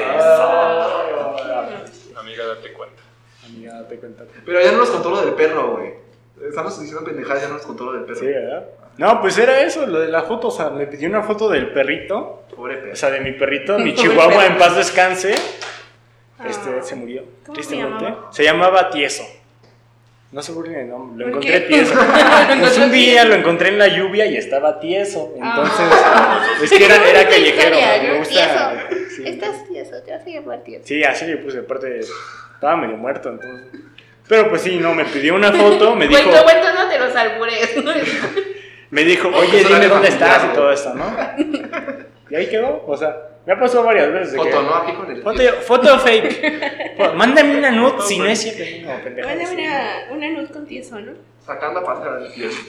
Ah. eso. Amiga, date cuenta. Amiga, date cuenta. Pero ya no nos contó lo del perro, güey. Estamos diciendo pendejadas, ya no nos contó lo del perro. Sí, ¿verdad? No, pues era eso, lo de la foto. O sea, me pidió una foto del perrito. Pobre perro. O sea, de mi perrito, mi Pobre chihuahua, perro. en paz descanse. Ah. Se murió, ¿Cómo se tristemente. llamaba? Se llamaba Tieso. No se burlen el nombre, lo ¿Por encontré qué? tieso. Pues un día lo encontré en la lluvia y estaba tieso. Entonces, es que era callejero. Me gusta. Sí. Estás tieso, te vas a llamar tieso. Sí, así le puse, aparte estaba medio muerto, entonces. Pero pues sí, no, me pidió una foto, me dijo, Cuéntanos de los albures, ¿no? me dijo, oye, dime dónde estás y todo esto, ¿no? Y ahí quedó, o sea, me ha pasado varias veces. de Foto, que- ¿no? Aquí con el. Foto fake. Mándame una nude si no es cierto. No, pendejo. Mándame una luz con tieso, ¿no? Sacando a pasar al tieso.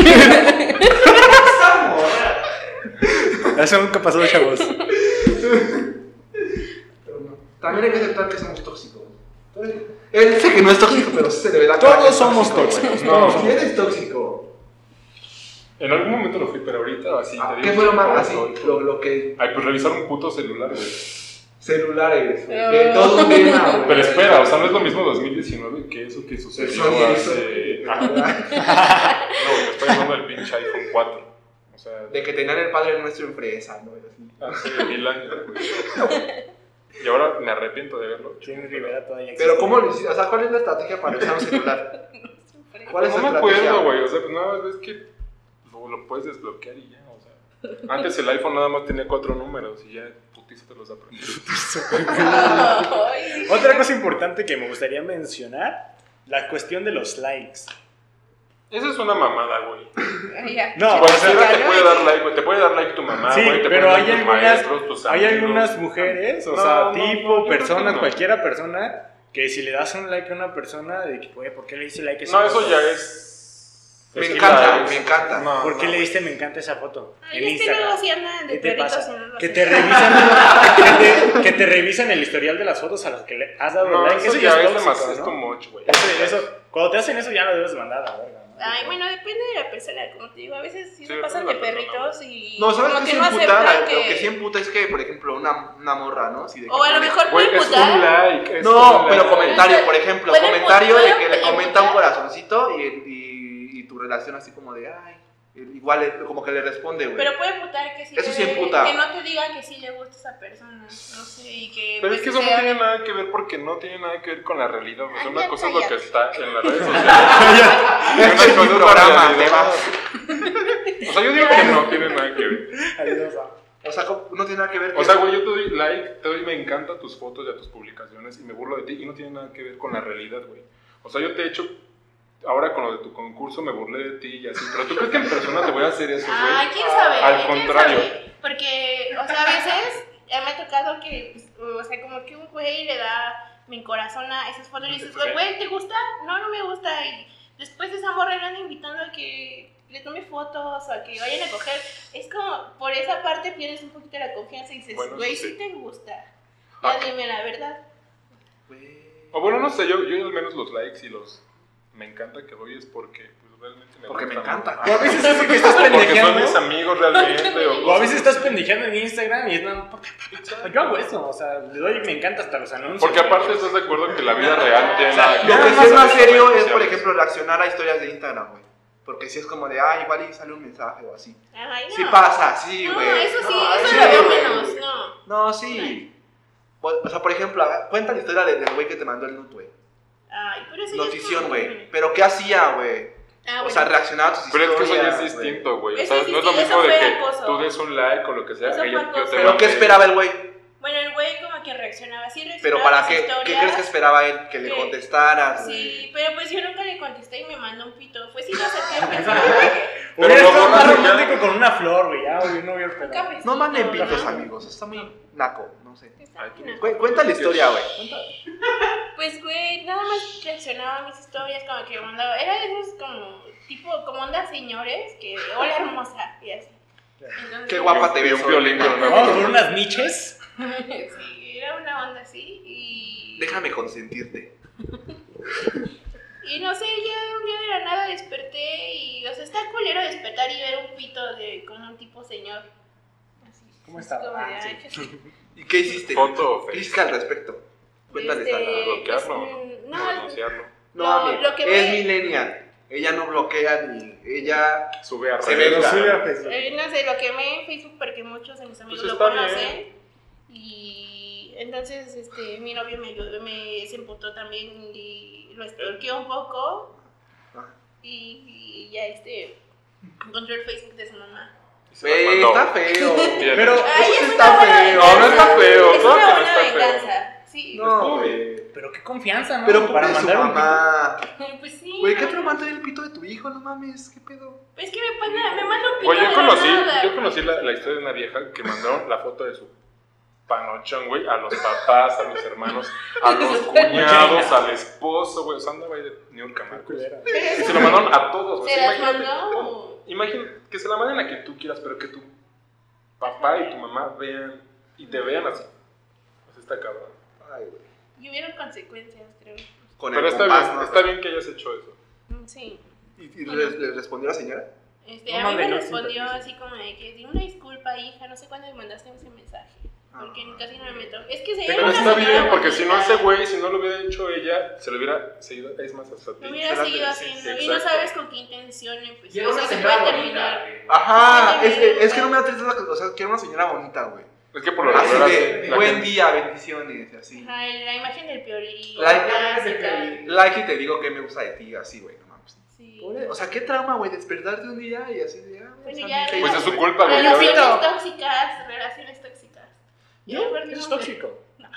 Eso nunca pasó, chavos. Pero no. También hay que aceptar que somos tóxicos. Él dice que no es tóxico, pero sí se le ve la cara. Todos que es somos güey. tóxicos, No, todos ¿quién somos. es tóxico? En algún momento lo fui, pero ahorita así. te digo ¿Qué fue lo que más no así? soy. Lo que. Ay, pues revisar un puto celular, güey. Celulares. De todo un tema, güey. Pero espera, o sea, no es lo mismo 2019 que eso que sucedió Sony hace. No, me estoy hablando del pinche iPhone 4. O sea, De que tenían el Padre Nuestro en fresa, ¿no? hace 1000 años, güey. Y ahora me arrepiento de verlo. Jimmy Rivera todavía existe. Pero ¿cómo lo hiciste? O sea, ¿cuál es la estrategia para usar un celular? ¿Cuál es No la me estrategia? acuerdo, güey. O sea, pues nada más ves que lo puedes desbloquear y ya. O sea, antes el iPhone nada más tenía 4 números y ya putiza te los aprendí. Otra cosa importante que me gustaría mencionar, la cuestión de los likes. Esa es una mamada, güey. No, o Cualquiera sea, te puede dar like, güey. Te puede dar like tu mamá, sí, güey. Te pero pueden hay dar tus algunas, maestros, tus hay amigos. algunas mujeres, o No, sea, no, tipo, yo creo que personas, no. cualquiera persona, que si le das un like a una persona, de que, oye, ¿por qué le diste like a esa No, foto? eso ya es. Me es encanta, la- me encanta. No, ¿Por qué no. le diste me encanta esa foto? En Ay, es que luego Instagram. sí andan de ¿Qué te perritos pasa? y no lo Que hacen. te revisan, que te revisan el historial de las fotos a las que le has dado No, like. eso ya ya es tóxico, demasiado, es ¿no? too much, güey. Eso, cuando te hacen eso ya lo debes mandar a la verga, ¿no? Ay, bueno, depende de la persona, como te digo, a veces sí Sí, se pasan de depende de la perritos y No, ¿sabes como qué que sí no emputa? aceptan Lo que sí que... emputa es que, por ejemplo, una morra, ¿no? Así de que O a lo pone- mejor Güey, pueden es un putar. like. es No, un pero like. comentario, por ejemplo, Pueden comentario de que le pueden comenta un emputar. corazoncito y tu relación así como de, ay, igual como que le responde, güey. Pero puede putar que sí, Eso sí emputa. que no te diga que sí le gusta esa persona, no sé, y que... Pero es pues, que eso no sea- tiene nada que ver porque no tiene nada que ver con la realidad. O sea, Ay, una ya cosa es lo que cállate. está en las redes sociales. y Este una es mi cosa es la programa, realidad. te vas. O sea, yo digo que no tiene nada que ver. Adiós. O sea, no tiene nada que ver. O sea, güey, yo te doy like, te doy me encanta tus fotos y a tus publicaciones y me burlo de ti y no tiene nada que ver con la realidad, güey. O sea, yo te he hecho, ahora con lo de tu concurso me burlé de ti y así, pero ¿tú crees que en persona te voy a hacer eso, güey? Ay, quién sabe. Al quién contrario. sabe. Porque, o sea, a veces ya me ha tocado que, pues, o sea, como que un güey le da, me encorazona esas fotos y dices, güey, ¿te gusta? No, no me gusta. Y después esa morra le anda invitando a que le tome fotos o a que vayan a coger. Es como, por esa parte pierdes un poquito la confianza y dices, Bueno, güey, eso sí. sí te gusta. Ah. Ya dime la verdad. Güey. O bueno, no sé, yo al menos los likes y los me encanta que doy es porque pues, realmente me Porque me gusta encanta. mucho. O a veces es que estás Porque son pendejeando. mis amigos realmente. O a veces estás pendejando en Instagram y es nada. Yo hago eso, o sea, le doy me encanta hasta los anuncios. Porque aparte estás de acuerdo que la vida real tiene nada que Lo ver que con sí es las más redes serio es, por sociales. ejemplo, reaccionar a historias de Instagram, güey. Porque si es como de, igual y sale un mensaje o así. Ay, no. Sí pasa, sí, No, güey. eso sí, No, eso sí, lo veo güey. menos, no. No, sí. O sea, por ejemplo, cuenta la historia del güey que te mandó el nude, güey. Ay, pero eso ya es Notición, como- güey. Pero ¿qué hacía, güey? Ah, O sea, bueno. reaccionaba a tus Pero es historias. que eso ya es güey. distinto, güey. O Eso sea, es no es lo distinto, mismo de eso fue que acoso. tú des un like o lo que sea. Eso que fue yo acoso. te ¿Pero mande- qué esperaba el güey? Bueno, el güey como que reaccionaba así, reaccionaba ¿Pero a para las qué? historias. ¿Qué crees que esperaba él? Que le ¿Qué? contestaras, güey. Sí, pero pues yo nunca le contesté y me mandó un pito. Fue si lo acerqué a Facebook. Hubiera Pero estado luego más la romántico con una flor, güey. Ya, güey, no vio el Un pedo. cafecito, No manden pitos, ¿no? amigos. Está muy naco, no sé. Está bien. Cuenta la historia, güey. Pues, güey, nada más reaccionaba a mis historias, como que mandaba. Era de esos como, tipo, como onda señores, que hola hermosa, y así. Entonces, Qué guapa te Y ves. un violín con una Vamos por unas niches. Sí, era una onda así, y. Déjame consentirte. Y no sé, ya un día de la nada desperté y, o sea, está culero despertar y ver un pito de como un tipo señor. Así. ¿Cómo estaba? Como de, Ah, ay, qué ¿Y qué hiciste? Foto o ¿Qué face. hiciste al respecto? Cuéntales a la... ¿Bloquearlo? no, ¿Denunciarlo? No, No, amigo, lo que es ve- millennial. Ella no bloquea ni... Ella... Sube a Se redes. ve Lo la- sube a Facebook. no sé, lo quemé en Facebook porque muchos de mis amigos Pues lo está conocen. Y entonces mi novio me ayudó, se emputó también y lo stalkeó un poco. Ah. Y ya encontró el Facebook de su mamá. Se la Ve, mandó. está feo. Bien. Pero, Ay, eso es está una buena feo. venganza. No, no está feo, Es claro una que no buena está feo. venganza. Sí. No, güey. pero qué confianza, ¿no? Pero para pobre su mandar un pito. mamá. Pues sí. Güey, ¿qué no. otro manda el pito de tu hijo? No mames, ¿qué pedo? Es que me manda un pito Güey, de la nada. yo conocí la historia de una vieja que mandó la foto de su panochón, güey, a los papás, a los hermanos, a los cuñados, al esposo, güey. O sea, andaba ahí de New York, Marcos. Culera. Y se lo mandaron a todos, güey. ¿Se O sea, las imagínate, mandó? ¿cómo? Imagina que se la manden a quien tú quieras, pero que tu papá y tu mamá vean y te vean así. O sea, está cabrón. Ay, güey. Y hubieron consecuencias, creo. Con Pero el está compás, bien, ¿no? está bien que hayas hecho eso. Sí. ¿Y le respondió la señora? A No mí me mames, no respondió siento así como de que di una disculpa, hija, no sé cuándo me mandaste ese mensaje. Porque casi no me meto. Es que se Pero está bien, porque si no ese güey, si no lo hubiera hecho ella, se lo hubiera seguido. Es más, hasta ti. Lo hubiera seguido haciendo y no exacto. sabes con qué intención empezó. Llega O una sea, se señora puede bonita, terminar. güey. Ajá, Sí, es que no me da tristeza, o sea, quiero una señora bonita, güey. Es que por lo Así regular de, la buen gente- día, bendiciones, así. Ajá, la imagen del piolín. Like- clásica. Like y te digo que me gusta de ti, así, güey, no mames. Sí. Pobre- O sea, qué trauma, güey, despertarte un día y así de, Bueno, o sea, ya, mi Pues Facebook. es su culpa, güey. Relaciones ya ves. tóxicas, relaciones tóxicas. Yo mejor Es no. tóxico.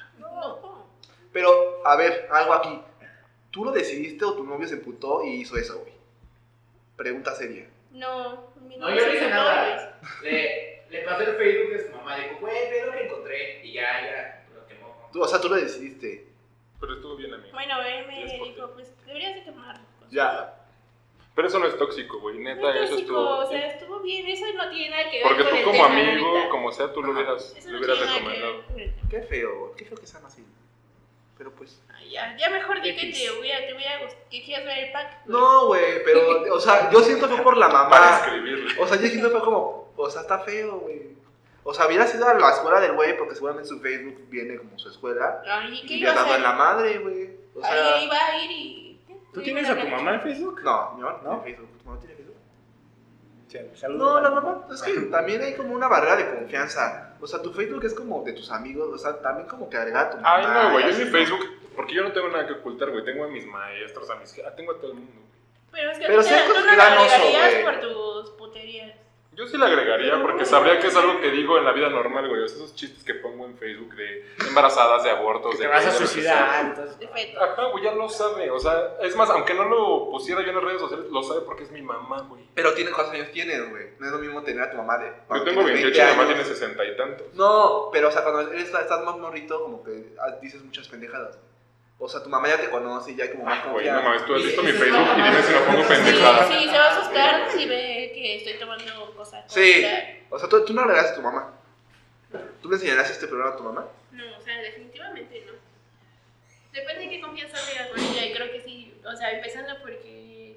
No. Pero, a ver, algo aquí. ¿Tú lo decidiste o tu novio se emputó y hizo eso, güey? Pregunta seria. No, mi No, novio yo no se hice emputó, nada. Le pasé el Facebook de su mamá. Dijo, güey, ve lo que encontré. Y ya, lo quemó. O sea, tú lo decidiste. Pero estuvo bien, amigo. Bueno, él me Sí, es dijo, pues deberías de quemarlo. Ya. Pero eso no es tóxico, güey. Neta, No es eso tóxico, estuvo. o sea, estuvo bien, eso no tiene nada que ver Porque con tú el como tema amigo, ahorita. como sea, tú lo hubieras Eso no recomendado. tiene nada que ver con el tema. Qué feo que sean así. Pero pues. Ay, ya mejor di que X. te hubiera gustado, que quieras ver el pack. No, güey, pero, o sea, yo siento que fue por la Para mamá. escribirle. O sea, yo siento que fue como, o sea, está feo, güey. O sea, hubiera sido a la escuela del güey, porque seguramente su Facebook viene como su escuela. Ay, ¿qué Y le iba ha a dado hacer? en la madre, güey. O sea, Ahí iba a ir y... ¿Tú tienes a tu mamá en Facebook? no, mi mamá no ¿No? tiene Facebook. ¿Tu mamá tiene Facebook? Sí, saludos. No, la mamá, es que también hay como una barrera de confianza. O sea, tu Facebook es como de tus amigos, o sea, también como que agregar a tu mamá. Ay, no, güey. y Yo en así, mi ¿no? Facebook, porque yo no tengo nada que ocultar, güey. Tengo a mis maestros, a mis. Tengo a todo el mundo, güey. Pero es que Pero tú, sí hay tú cosas no que lo dan oso, agregarías güey. por tus puterías. Yo sí le agregaría porque sabría que es algo que digo en la vida normal, güey. O sea, esos chistes que pongo en Facebook de embarazadas, de abortos, Que de te vas a de lo que suicidar. sea. Entonces, De feto. Ajá, güey, ya lo sabe. O sea, es más, aunque no lo pusiera yo en las redes sociales, lo sabe porque es mi mamá, güey. Pero ¿cuántos años tienes, güey? No es lo mismo tener a tu mamá de. Yo cuando tengo tienes 28 y mi mamá años. tiene 60 y tantos. No, pero o sea, cuando estás más morrito, como que dices muchas pendejadas. O sea, tu mamá ya te conoce y ya hay como más Ay, güey, no confianza. mames, tú has visto mi Sí, Facebook y dime si lo pongo Sí, pendejada. sí, se va a asustar si ve que estoy tomando cosas. Sí. O sea, tú no agregas a tu mamá. ¿Tú le enseñarás este programa a tu mamá? No, o sea, definitivamente no. Depende de qué confianza tenga con ella y creo que sí. O sea, empezando porque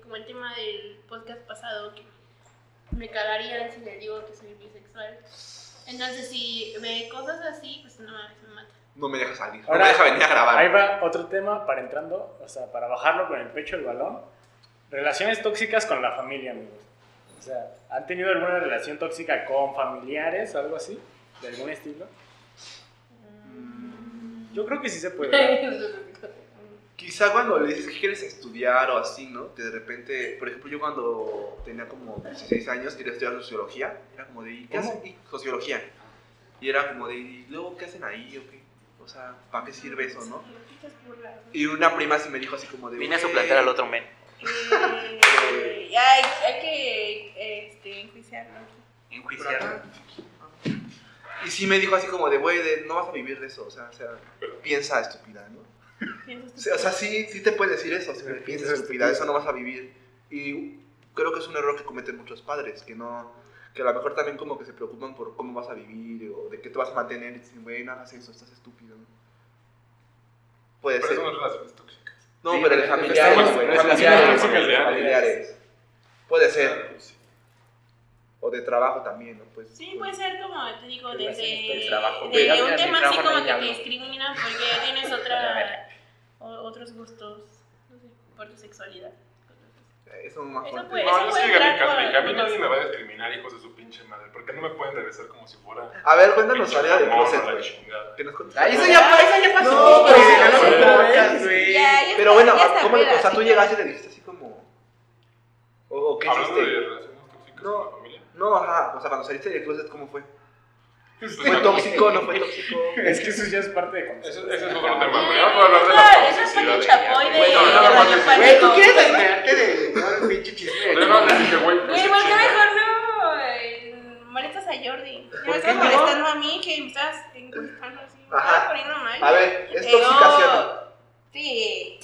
como el tema del podcast pasado, que me cagarían si les digo que soy bisexual. Entonces, si ve cosas así, pues no me mata. No me deja salir, Ahora, no me deja venir a grabar. Ahí va otro tema para entrando, o sea, para bajarlo con el pecho del balón. Relaciones tóxicas con la familia, amigos. O sea, ¿han tenido alguna relación tóxica con familiares o algo así? ¿De algún estilo? Yo creo que sí se puede. Quizá cuando le dices que quieres estudiar o así, ¿no? Que de repente, por ejemplo, yo cuando tenía como 16 años quería estudiar sociología. Era como de, ¿qué hacen? Sociología. Y era como de, ¿y luego qué hacen ahí o qué? O sea, ¿para qué sirve eso, no? Y una prima sí me dijo así como de... Vine a suplantar al otro men. Hay que enjuiciarlo. Enjuiciarlo. Y sí me dijo así como de, güey, no vas a vivir de eso, o sea, piensa estúpida, ¿no? O sea, sí te puede decir eso, piensa estúpida, eso no vas a vivir. Y creo que es un error que cometen muchos padres, que a lo mejor también como que se preocupan por cómo vas a vivir o de qué te vas a mantener y dicen, güey, no hagas eso, estás estúpido, ¿no? Puede ser. Pero son relaciones tóxicas. No, Sí, pero de familiares, güey, familiares. Puede ser. O de trabajo también, ¿no? Pues, Sí, puede ser como, te digo, desde trabajo. de un tema así como que te discriminan porque tienes otros gustos, no sé, por tu sexualidad. Eso no me acuerdo. puede- No, yo puede sí, en mi entrar caso, por- dije, a mí nadie me va a discriminar, hijos de su pinche madre. ¿Por qué no me pueden regresar como si fuera... A ver, cuéntanos pinche área de morro, closet, la güey. chingada? Que nos cuentes. Eso ya pasó. No, güey. pero Ya no, lo no, podcast, güey. Ya Pero bueno, ya está ¿cómo, o sea, tú peda, llegaste y le dijiste así como... ¿O qué Hablando de hiciste? relaciones tóxicas con la familia. No, ajá, o sea, cuando saliste del closet, ¿cómo fue? Pues, ¿Fue tóxico no fue tóxico? Es que eso ya es parte de Ese es otro tema. Ah, Pero ya puedo hablar de la eso es toxicidad. un chapoy de Bueno, no, baño no, pánico. Güey, ¿tú quieres enterarte de un pinche chisme? Yo no les dije, güey, pues, Güey, ¿por qué chinga. mejor no molestas a Jordi? No me estás qué no? molestando a mí, que me estás encuestando así. Me Ajá. estás poniendo mal. A ver, ¿es Pero- tóxica sí o no? Sí.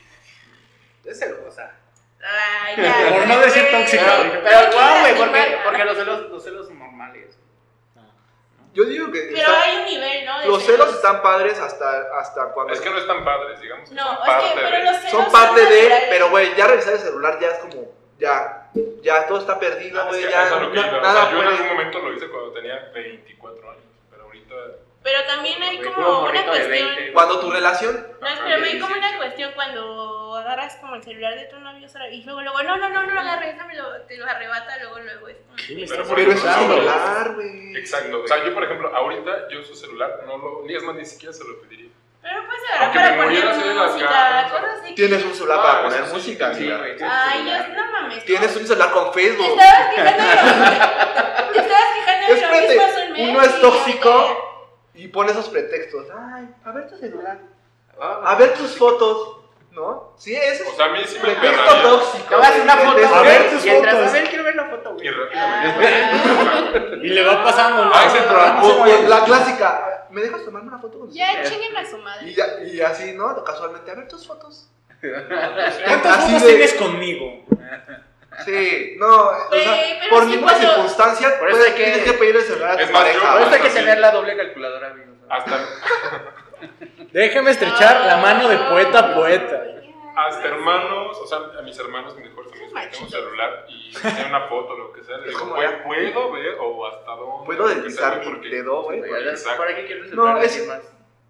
Es celosa. Ay, ya. Por no decir güey. tóxica. Pero guau, güey, lastimar. porque los celos normales. Yo digo que Pero hay un nivel, ¿no? de los celos están padres hasta cuando... Es que no están padres, digamos. Que No, son es que, parte pero de... los celos son parte de... naturales. Pero, güey, ya revisar el celular ya es como... Ya todo está perdido, Es güey, que ya eso es lo que iba. O nada sea, yo en algún puede... momento lo hice cuando tenía 24 años. Pero ahorita... Pero también hay Güey, como puro una morrito de cuestión. 20. Cuando tu relación... No, espérame, hay como una cuestión cuando agarras como el celular de tu novio y luego, no lo agarres, te lo arrebata, luego es como... Pero por Pero es un ejemplo, celular, güey. Exacto. O sea, yo, por ejemplo, ahorita, yo su celular, ni siquiera se lo pediría. Pero puedes agarrar Aunque para me poner muriera así de las música, ganas. cosas así. Tienes un celular Ah, para eso poner sí, música, sí, mira. güey. Ay, no mames. Tienes un celular con Te Facebook. estabas quejando de lo Te estabas quejando de lo Espérate, mismo hace un mes. uno es y tóxico y pone esos pretextos. Ay, a ver tu celular. A ver tus fotos. ¿No? Sí, ese es O sea, a mí sí me pretexto encargaría. tóxico. Te voy a hacer una foto. Pretexto- A ver tus Y entras, fotos. a ver, quiero ver la foto, Y güey. rápidamente. Y le va pasando, ¿no? Ah, es el programa. O la clásica. ¿Me dejas tomarme una foto con tu Ya celular? chinguen a su madre. Y así, ¿no? Casualmente, a ver tus fotos. ¿Cuántas Así fotos de- tienes conmigo? Sí, no, o Güey, sea, pero por sí ninguna cuando- circunstancia Por eso hay que- tienes que pedir el celular a Es tu más, pareja. Por eso hay que Sí. tener la doble calculadora, amigos. Hasta Déjeme estrechar la mano de poeta a poeta. Hasta hermanos, o sea, a mis hermanos, mis mejores amigos, que tengo un celular y tienen una foto, lo que sea, les Es digo, como güey, ya- ¿puedo ver o hasta dónde? ¿Puedo Lo que deslizar sea, mi porque- dedo, güey? Exacto. ¿Para qué quiero el No, celular de es- alguien más?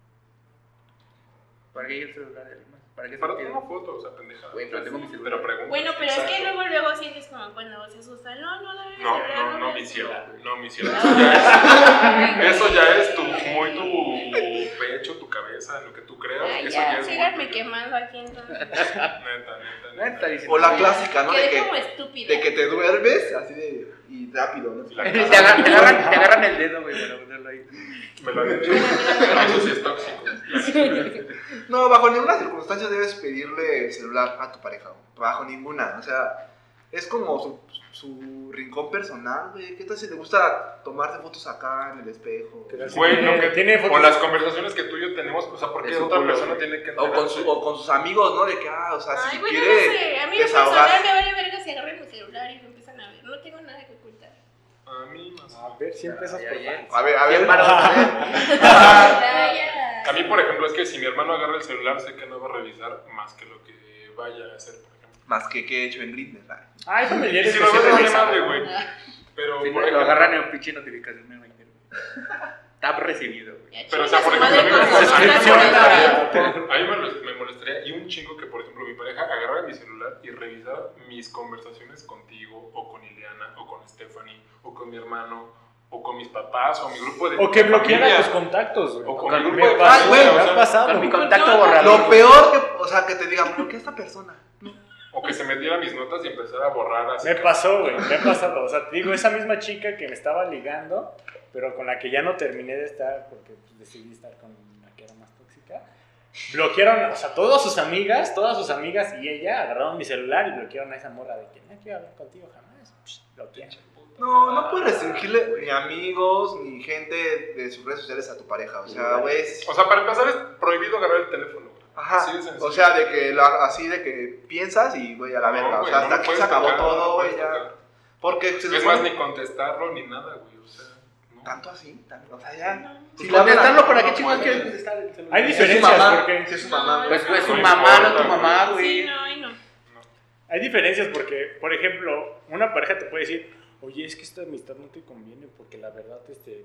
¿Para qué quiero el celular de alguien más? ¿Para qué se Para lo tomar quiero? fotos, o sea, pendejada. Güey, pero tengo mi celular. Pero pregunto. Bueno, pero es que Exacto. luego sientes como cuando se asustan. No debes No, hablar, no, debes mi cielo, hablar. no, mi cielo. Eso ya es tu pecho, tu cabeza, lo que tú creas. Ay, Eso ya ya, es muy síganme tuyo. quemando aquí entonces. Neta. Neta, diciendo, O la clásica, ¿no? Quedé como estúpida. De que te duermes, así de... Y rápido, ¿no? La Te casa, agarran el dedo, güey, para ponerlo ahí. me lo han hecho. Pero eso sí es tóxico. No, bajo ninguna circunstancia debes pedirle el celular a tu pareja, güey. Bajo ninguna, o sea... Es como su rincón personal, güey. ¿Qué tal si te gusta tomarse fotos acá en el espejo? Güey, lo que tiene con fotos. las conversaciones que tú y yo tenemos, o sea, porque De su otra culo, persona güey. tiene que O con sus amigos, ¿no? De que, o sea, Ay, si bueno, quiere no sé. A mí en desahogarse. personal me vale verga si agarran mi celular y lo empiezan a ver. No tengo nada que ocultar. A mí más. A ver, 100 pesos por ya. fan. A ver, 100 varos. A mí, por ejemplo, es que si mi hermano agarra el celular, sé que no va a revisar más que lo que vaya a hacer, por ejemplo. Más que he hecho en Grindr. Hay Y familiares si que no sí me vale revisan. madre, güey. Pero, Si por no, lo ejemplo, agarran en un pinche notificación, me imagino. Tab recibido, güey. Pero, o sea, por Chinga su ejemplo, madre a mí con me su molestaría, a mí me molestaría, y un chingo que, por ejemplo, mi pareja agarrara mi celular y revisara mis conversaciones contigo, o con Ileana, o con Stephanie, o con mi hermano, o con mis papás, o mi grupo de O que bloqueara familia, tus contactos, güey. o con Con mi mi grupo de papá, familia, güey, o me sea, ha pasado. Con mi contacto borrador. Lo peor que, o sea, que te digan, ¿por qué esta persona? o que se metiera mis notas y empezara a borrar así. Me pasó, güey, me ha pasado. O sea, te digo, esa misma chica que me estaba ligando, pero con la que ya no terminé de estar porque pues, decidí estar con la que era más tóxica, bloquearon, o sea, todas sus amigas y ella agarraron mi celular y bloquearon a esa morra de que no quiero hablar contigo jamás. Bloquean. No puedes restringirle ni amigos ni gente de sus redes sociales a tu pareja. O sea, güey. O sea, para empezar es prohibido agarrar el teléfono, güey. Ajá. Así de sencillo. O sea, de que así de que piensas y güey a la verga. No, O güey, sea, no hasta lo aquí puedes se acabó tocar, no todo, lo güey, puedes ya. tocar. Porque se Es más, supone ni contestarlo ni nada, güey. O sea, no. tanto así, o sea, ya. Si le hablan contestarlo, a- ¿para qué chingados quieres contestar el celular? Hay Si es su diferencias mamá, porque si es su mamá. Pues es su No mamá, no importa, tu mamá, Sí, güey. no, y no. hay diferencias porque, por ejemplo, una pareja te puede decir, oye, es que esta amistad no te conviene porque la verdad,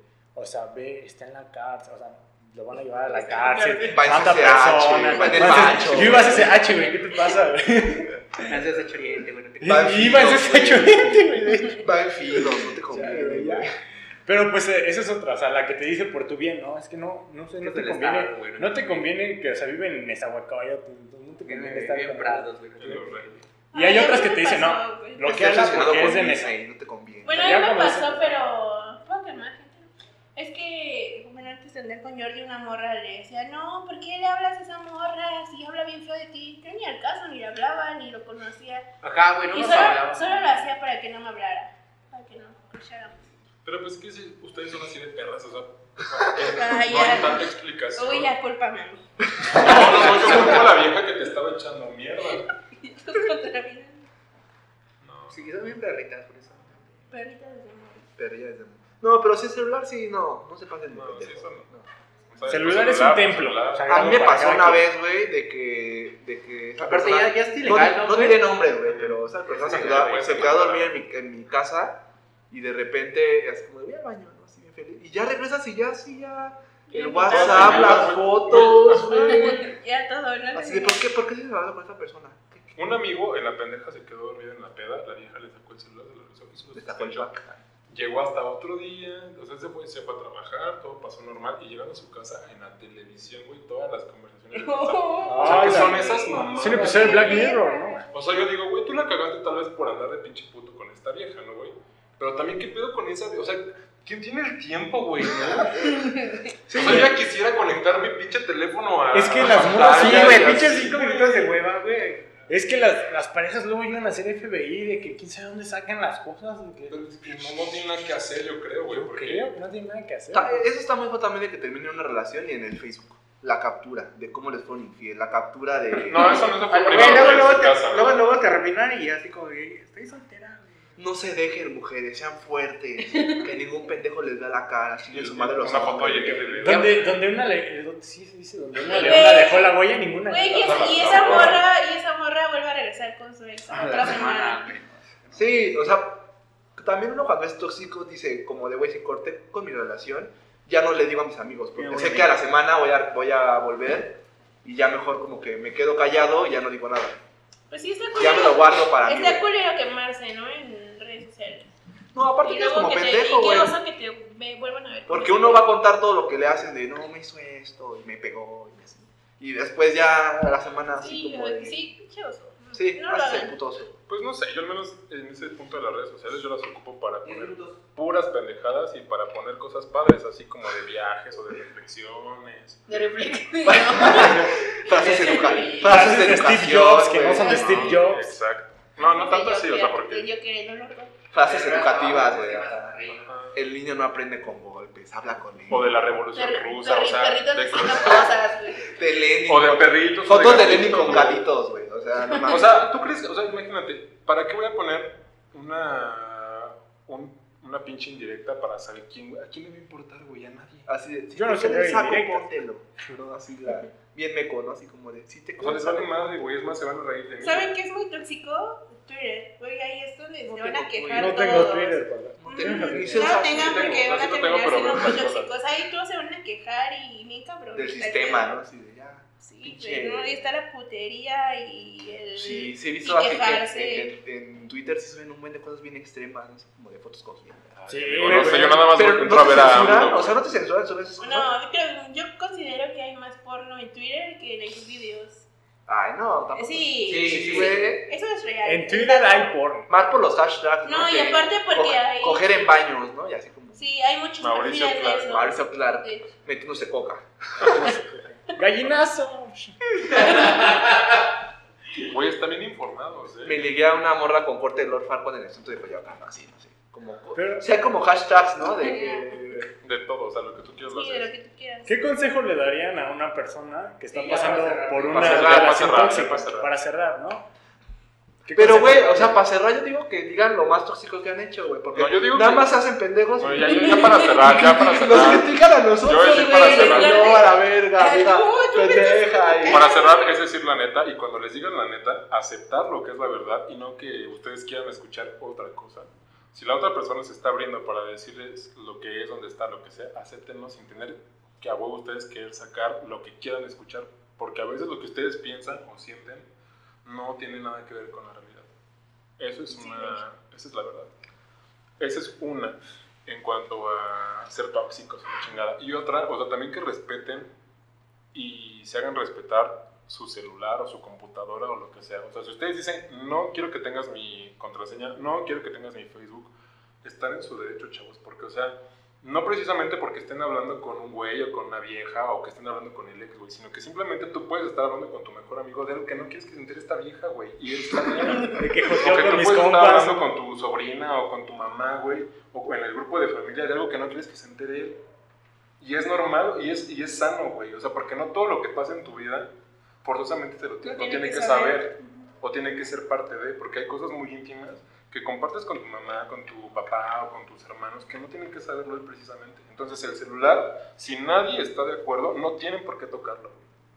o sea, está en la cárcel, o sea, lo van a llevar a la cárcel, Va en mata CCH, personas. va en el Entonces, macho. yo iba a CCH, güey, ¿qué te pasa, güey? Me haces ese choriente, güey. no te- Va en Iba a filos, CCH, güey, de hecho. Va en filos, no te Ya, conviene, güey, ya. güey. Pero pues esa es otra, o sea, la que te dice por tu bien, ¿no? Es que no sé, no Es te del conviene, Estado, güey, no te conviene que, o sea, viven en Nezahualcóyotl, no te conviene estar En con Prados, güey. En los Reyes. Y hay Ay, otras a que mí te me dicen, pasó, no, güey. Estás bloqueala obsesionado porque con es de Disney, Nezahualcóyotl. no te conviene. Bueno, a Ya mí me como pasó, ese- pero puedo calmar, gente. Es que, bueno, antes de andar con Jordi, una morra le decía, no, ¿por qué le hablas a esa morra? Si habla bien feo de ti. Yo ni al caso, ni le hablaba, ni lo conocía. Ajá, güey, no Y nos solo hablamos. lo hacía para que no me hablara, para que no escucháramos. Pero pues que si ustedes son así de perras, o sea, Ay, no hay ya. tanta explicación. Uy, ya, cúlpame a mí. No, yo culpo a la vieja que te estaba echando mierda. Entonces, contra mí, No. Sí, son bien perritas, por eso. perrita desde amor. Pero ya es de... No, pero si es celular, sí, no se pasen de No, sí, pendejo. eso no. No. O sea, Celular tu es un tu templo. celular. O sea, A mí me para pasó cada una quien. vez, güey, de que esa Aparte, persona... ya es ilegal, ¿no, No güey? diré nombres, güey, pero esa persona Sí, se ya, quedó, güey, se sí, quedó a sí. dormir en mi casa y de repente, así como, voy al baño, ¿no? Así bien feliz. Y ya regresas y ya, el Ya, WhatsApp, ya, las ya, fotos, güey. Ya todo, ¿no? Así de, ¿por qué se hablando con esta persona? Un amigo en la pendeja se quedó dormido en la peda, la vieja le sacó el celular, se lo revisó, hizo su Le sacó el screenshot. pack. Llegó hasta otro día, o sea, se fue a trabajar, todo pasó normal, y llegando a su casa, en la televisión, güey, todas las conversaciones de WhatsApp. O sea, Ah, que la- son esas mamadas. Es un episodio de Black Mirror, ¿no? O sea, yo digo, güey, tú la cagaste tal vez por andar de pinche puto con esta vieja, ¿no, güey? Pero también, ¿qué pedo con esa? O sea, ¿quién tiene el tiempo, güey, no? O sea, yo ya quisiera conectar mi pinche teléfono a... Es que las a morras, Sí, pantallas güey, y pinches así, 5 güey. minutos de hueva, güey. Es que las parejas luego llegan a hacer FBI de que quién sabe dónde sacan las cosas. De que, Pero es que no tiene nada que hacer, yo creo, güey, yo porque... creo que no tiene nada que hacer. Eso está muy feo también de que termine una relación y en el Facebook. La captura de cómo les fueron infiel, la captura de... No, eso no se fue Güey, privado luego en su casa, ¿no? luego te arruinan y así como, güey, estoy soltera, güey. No se dejen, mujeres, sean fuertes, que ningún pendejo les vea la cara, chinguen su madre los Una foto hombres. ahí que te veo. Donde una sí se dice, donde una Güey. leona dejó la huella, ninguna. Güey, y esa morra vuelve a regresar con su ex A otra la semana, semana. güey. Sí, o sea, también uno cuando es tóxico dice, como de güey, si corté con mi relación, ya no le digo a mis amigos, porque Sí, sé güey. que a la semana voy a volver y ya mejor como que me quedo callado y ya no digo nada. Pues sí, está Ya me lo culero. guardo para mí. Está güey. culero quemarse, ¿no? En redes sociales. No, aparte Y que es luego como que pendejo, y qué güey. oso que te vuelvan a ver. Porque uno va a contar todo lo que le hacen de no, me hizo esto y me pegó y así. Y después ya a la semana así Sí, como güey, de... sí, pinche oso. Sí, No lo haces el hagan. putoso. Pues no sé, yo al menos en ese punto de las redes sociales yo las ocupo para poner puras pendejadas y para poner cosas padres, así como de viajes o de reflexiones. De reflexión. Frases Frases de de Steve educación, Jobs, que no güey. son de Steve Jobs. Exacto. No tanto así, o sea, porque... Yo queriendo loco. Frases educativas, güey. Ajá. El niño no aprende con golpes, habla con él. O de la revolución rusa, o sea... Perritos de- diciendo cosas, güey. De Lenin. O de perritos. Fotos de gatitos, Lenin con güey. gatitos, güey. O sea, no mames. O sea, ¿tú crees? O sea, imagínate, ¿para qué voy a poner una pinche indirecta para saber quién, a quién le va a importar, güey? A nadie. Así de, si Yo no te sé queda el leer saco, indirectas. póntelo. No, así bien meco, ¿no? Así como de, sí te O sea, les vale madre, güey, es más, se van a reír de mí. ¿Saben qué es muy tóxico? Twitter. Güey, ahí es donde No se van a tengo quejar No todos. tengo Twitter, padre. No tengan porque van a terminar siendo muy tóxicos. Ahí todos se van a quejar y bien cabrón. del sistema, ¿no? Así de ya. Sí, pinche- pero no, y está la putería y el... Sí, he y visto así quejarse. que en Twitter sí suben un buen de cosas bien extremas, ¿no? Así como de fotos cogiendo. Sí, Bueno, o sea, yo nada más Pero entro no a te ver a censuran, AMLO. o sea, no te censuran sobre esas cosas. No, yo considero que hay más porno en Twitter que en esos videos. Ay, no, tampoco. Sí, Sí, güey. eso es real. En Twitter hay porno. Más por los hashtags, ¿no? No, y Que aparte porque hay... coger en baños, ¿no? Y así como Sí, hay muchos Mauricio perfiles de Clark. eso. Mauricio Clark Sí. metiéndose coca. Gallinazo. Güey, están bien informados, Me ligué a una morra con corte de Lord Farquaad en el asunto de Coyoacán, así, no sé. Pero- O sea, como hashtags, ¿no? De que... De todo, o sea, lo que tú quieras lo Sí, de lo haces. que tú quieras. ¿Qué consejo le darían a una persona que está Sí, pasando para cerrar. por Para una cerrar, relación para tóxica? cerrar. Para cerrar, ¿no? ¿Qué Pero, consejo güey, le o sea, darían? para cerrar yo digo que digan lo más tóxico que han hecho, güey. Porque No, yo digo nada que- más se hacen pendejos. Bueno, ya para cerrar, Nos critican a nosotros, Yo voy a decir güey. para cerrar. No, a la verga, Ay, mira, no, yo pendeja. Para cerrar, es decir la neta, y cuando les digan la neta, aceptar lo que es la verdad y no que ustedes quieran escuchar otra cosa. Si la otra persona se está abriendo para decirles lo que es, dónde está, lo que sea, acéptenlo sin tener que a huevo ustedes querer sacar lo que quieran escuchar, porque a veces lo que ustedes piensan o sienten no tiene nada que ver con la realidad. Esa es la verdad. Esa es una en cuanto a ser tóxicos y la chingada. Y otra, o sea, también que respeten y se hagan respetar su celular o su computadora o lo que sea. O sea, si ustedes dicen, no quiero que tengas mi contraseña, no quiero que tengas mi Facebook, están en su derecho, chavos, porque, o sea, no precisamente porque estén hablando con un güey o con una vieja o que estén hablando con el ex, güey, sino que simplemente tú puedes estar hablando con tu mejor amigo de algo que no quieres que se entere esta vieja, güey, y él está bien. De que O joteo que con tú mis puedes estar compas. hablando con tu sobrina o con tu mamá, güey, o en el grupo de familia de algo que no quieres que se entere él. Y es normal y es sano, güey. O sea, porque no todo lo que pasa en tu vida forzosamente te lo tiene que saber o tiene que ser parte de, porque hay cosas muy íntimas que compartes con tu mamá, con tu papá o con tus hermanos que no tienen que saberlo él precisamente. Entonces el celular, si nadie está de acuerdo, no tienen por qué tocarlo.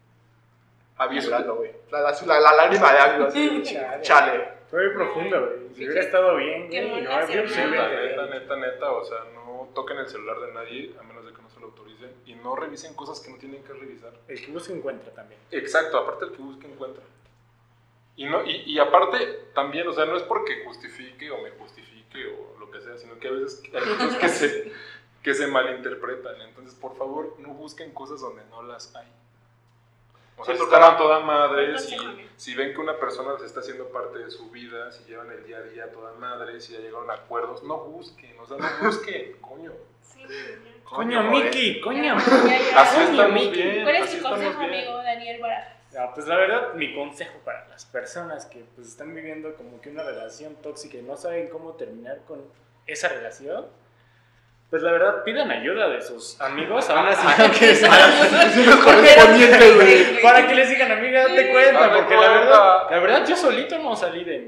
Avísalo, güey. La lágrima de agua, así. Chale. Fue muy profundo, güey. Si hubiera estado bien, Qué güey, y no mona habría se Neta, o sea, no toquen el celular de nadie a menos de que no se lo autoricen y no revisen cosas que no tienen que revisar. El que busca encuentra también. Exacto, aparte el que busque encuentra. Y aparte también, o sea, no es porque justifique o me justifique o lo que sea, sino que a veces hay cosas que se malinterpretan. Entonces, por favor, no busquen cosas donde no las hay. O sea, Sí, si porque están a toda madre, Entonces, si ven que una persona se está haciendo parte de su vida, si llevan el día a día a toda madre, si ya llegaron a acuerdos, no busquen, o sea, no busquen, coño. Sí, Coño, joder. Miki, coño. Así Coño, estamos Miki. bien. ¿Cuál es así tu estamos consejo, bien. amigo Daniel Barajas? Pues la verdad, mi consejo para las personas que pues están viviendo como que una relación tóxica y no saben cómo terminar con esa relación, pues la verdad pidan ayuda de sus amigos, aún así que correspondientes, güey. para que les digan, amiga, date cuenta, Date porque cuenta. la verdad yo solito no salí de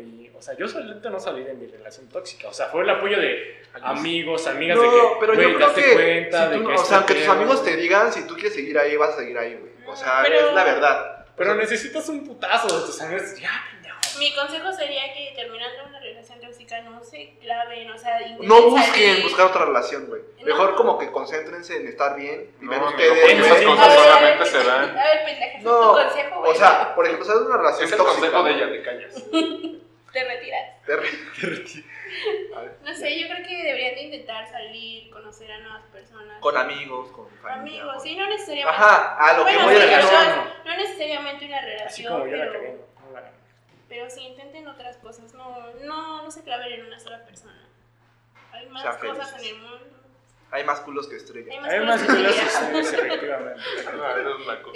mi relación tóxica, o sea, fue el apoyo de amigos, amigas, de No, que, pero yo güey, creo date que, cuenta si de tú, que o sea, aunque tus pedo- amigos te digan, si tú quieres seguir ahí, vas a seguir ahí, güey. O sea, Pero- es la verdad. Pero necesitas un putazo de tus amigos, ya, pendejo. Mi consejo sería que terminando una relación tóxica no se claven, o sea, intenten No busquen salir. buscar otra relación, güey. Mejor No. como que concéntrense en estar bien y ver No, ustedes. amigo, porque esas güey. cosas A ver, solamente se dan. A ver, pendeja, ese No, es tu consejo, güey. o sea, por ejemplo, ¿sabes una relación Es el tóxica? consejo de ¿no? ella, te callas. Te retiras. A ver, No sé, yo creo que deberían de intentar salir, conocer a nuevas personas. con amigos, con familia. Amigos, con- sí, no necesariamente. Ajá, a lo que Bueno, voy sí, a o decir. sea, no necesariamente una Así relación, como yo la pero, cagué, no la hagan. pero sí intenten otras cosas, no se claven en una sola persona. Hay más Sean cosas felices. en el mundo. Hay más culos que estrellas. Hay más cosas en la culos vida. que ustedes, efectivamente. Ah, eres blanco.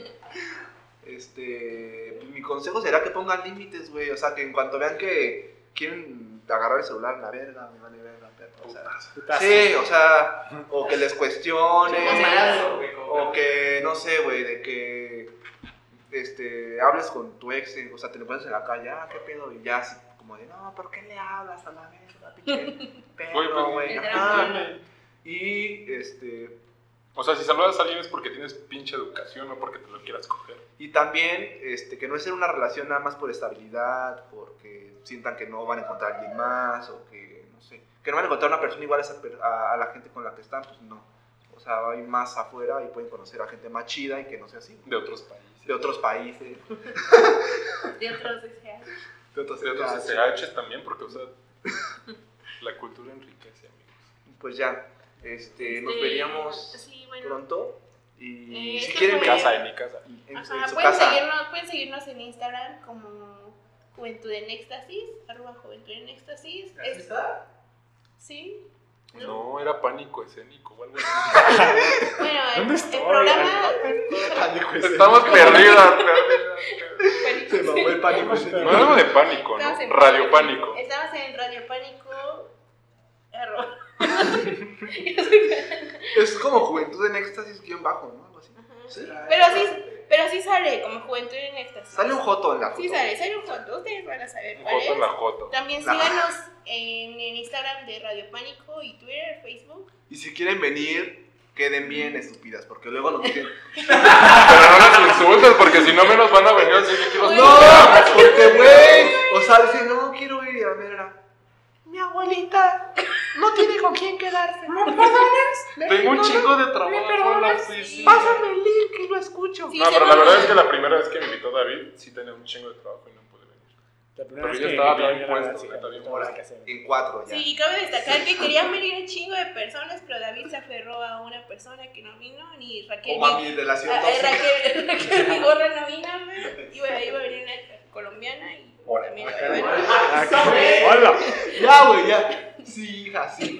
Pues, mi consejo será que pongan límites, güey. O sea, que en cuanto vean que quieren agarrar el celular, la verga, me vale verga, perro. O sea, Putazo. sí, o sea, o que les cuestionen, Mamado, güey, o que, no sé, güey, de que hables con tu ex, o sea, te lo pones en la calle, qué pedo, y ya así como de, no, ¿por qué le hablas a la verga, pinche Güey, perro, pues, güey? literal. Ajá. Y, O sea, si saludas a alguien es porque tienes pinche educación, no porque te lo quieras coger. Y también que no es una relación nada más por estabilidad, porque sientan que no van a encontrar a alguien más, o que, no sé, que no van a encontrar una persona igual a la gente con la que están, pues no. O sea, hay más afuera y pueden conocer a gente más chida y que no sea así. De otros países. De otros países. De otros SH. De otros SHs también, porque, o sea, la cultura enriquece, amigos. Pues ya, nos veríamos sí, bueno. pronto. Y si esto quieren fue- venir En mi casa. en Ajá, su pueden casa. seguirnos en Instagram como Juventud en Éxtasis, @Juventud en Éxtasis. ¿Está? Sí. No, era pánico escénico o algo así. Bueno, ¿Dónde el estoy? programa. Estamos perdidas. Se mamó el pánico ese. No era de pánico, Estamos ¿no? en Radio Pánico. Estamos en Radio Pánico. Es como Juventud en Éxtasis _, ¿no? Algo así. ¿Sí? Pero sí sale como Juventud en Éxtasis. Sale un joto en la foto. Sí sale un foto. Ustedes van a saber Un cuál joto en la es. joto. También síganos en el Instagram de Radio Pánico y Twitter, Facebook. Y si quieren venir, queden bien estúpidas, porque luego nos dicen... Pero no las insultes, porque si no menos van a venir así que quiero ¡No! Porque, güey, o sea, dicen, no, quiero ir, y a la mera, mi abuelita no tiene con quién quedarse. ¿Me perdonas? Tengo un chingo de trabajo en la oficina. Pásame el link y lo escucho. Sí, No, pero la verdad es que la primera vez que me invitó David, sí tenía un chingo de trabajo y no pude venir. La primera Pero vez ya que estaba me bien invitaron, puesto, sí, neta, bien todo lo puesto. que hacemos. En 4 ya. Sí, y cabe destacar que querían venir un chingo de personas, pero David se aferró a una persona que no vino, ni Raquel. Como a mi relación tóxica. Raquel Vigorra no vino, güey. Iba a venir una colombiana y también iba a venir. ¡Hola! Ya, güey, ya. Sí, hija, sí.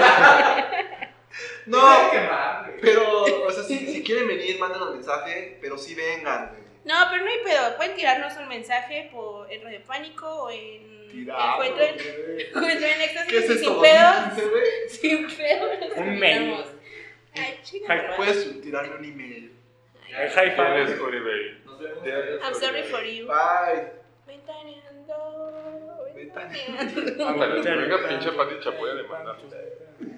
No, pero, o sea, si quieren venir, mándenos mensaje, pero sí vengan, güey. No, pero no hay pedo. Pueden tirarnos un mensaje en Radio Pánico o en Juventud en Éxtasis. ¿Qué es esto? Sin pedo. 2015, güey? Sin pedo. nos Un mail. invitamos. Ay, chica. Puedes tirarme un email. High ¿Quién es five. Uribe? I'm sorry for you. Bye. Ventaneando. Ventaneando. Ándale, venga pinche Pati Chapoy a demandar.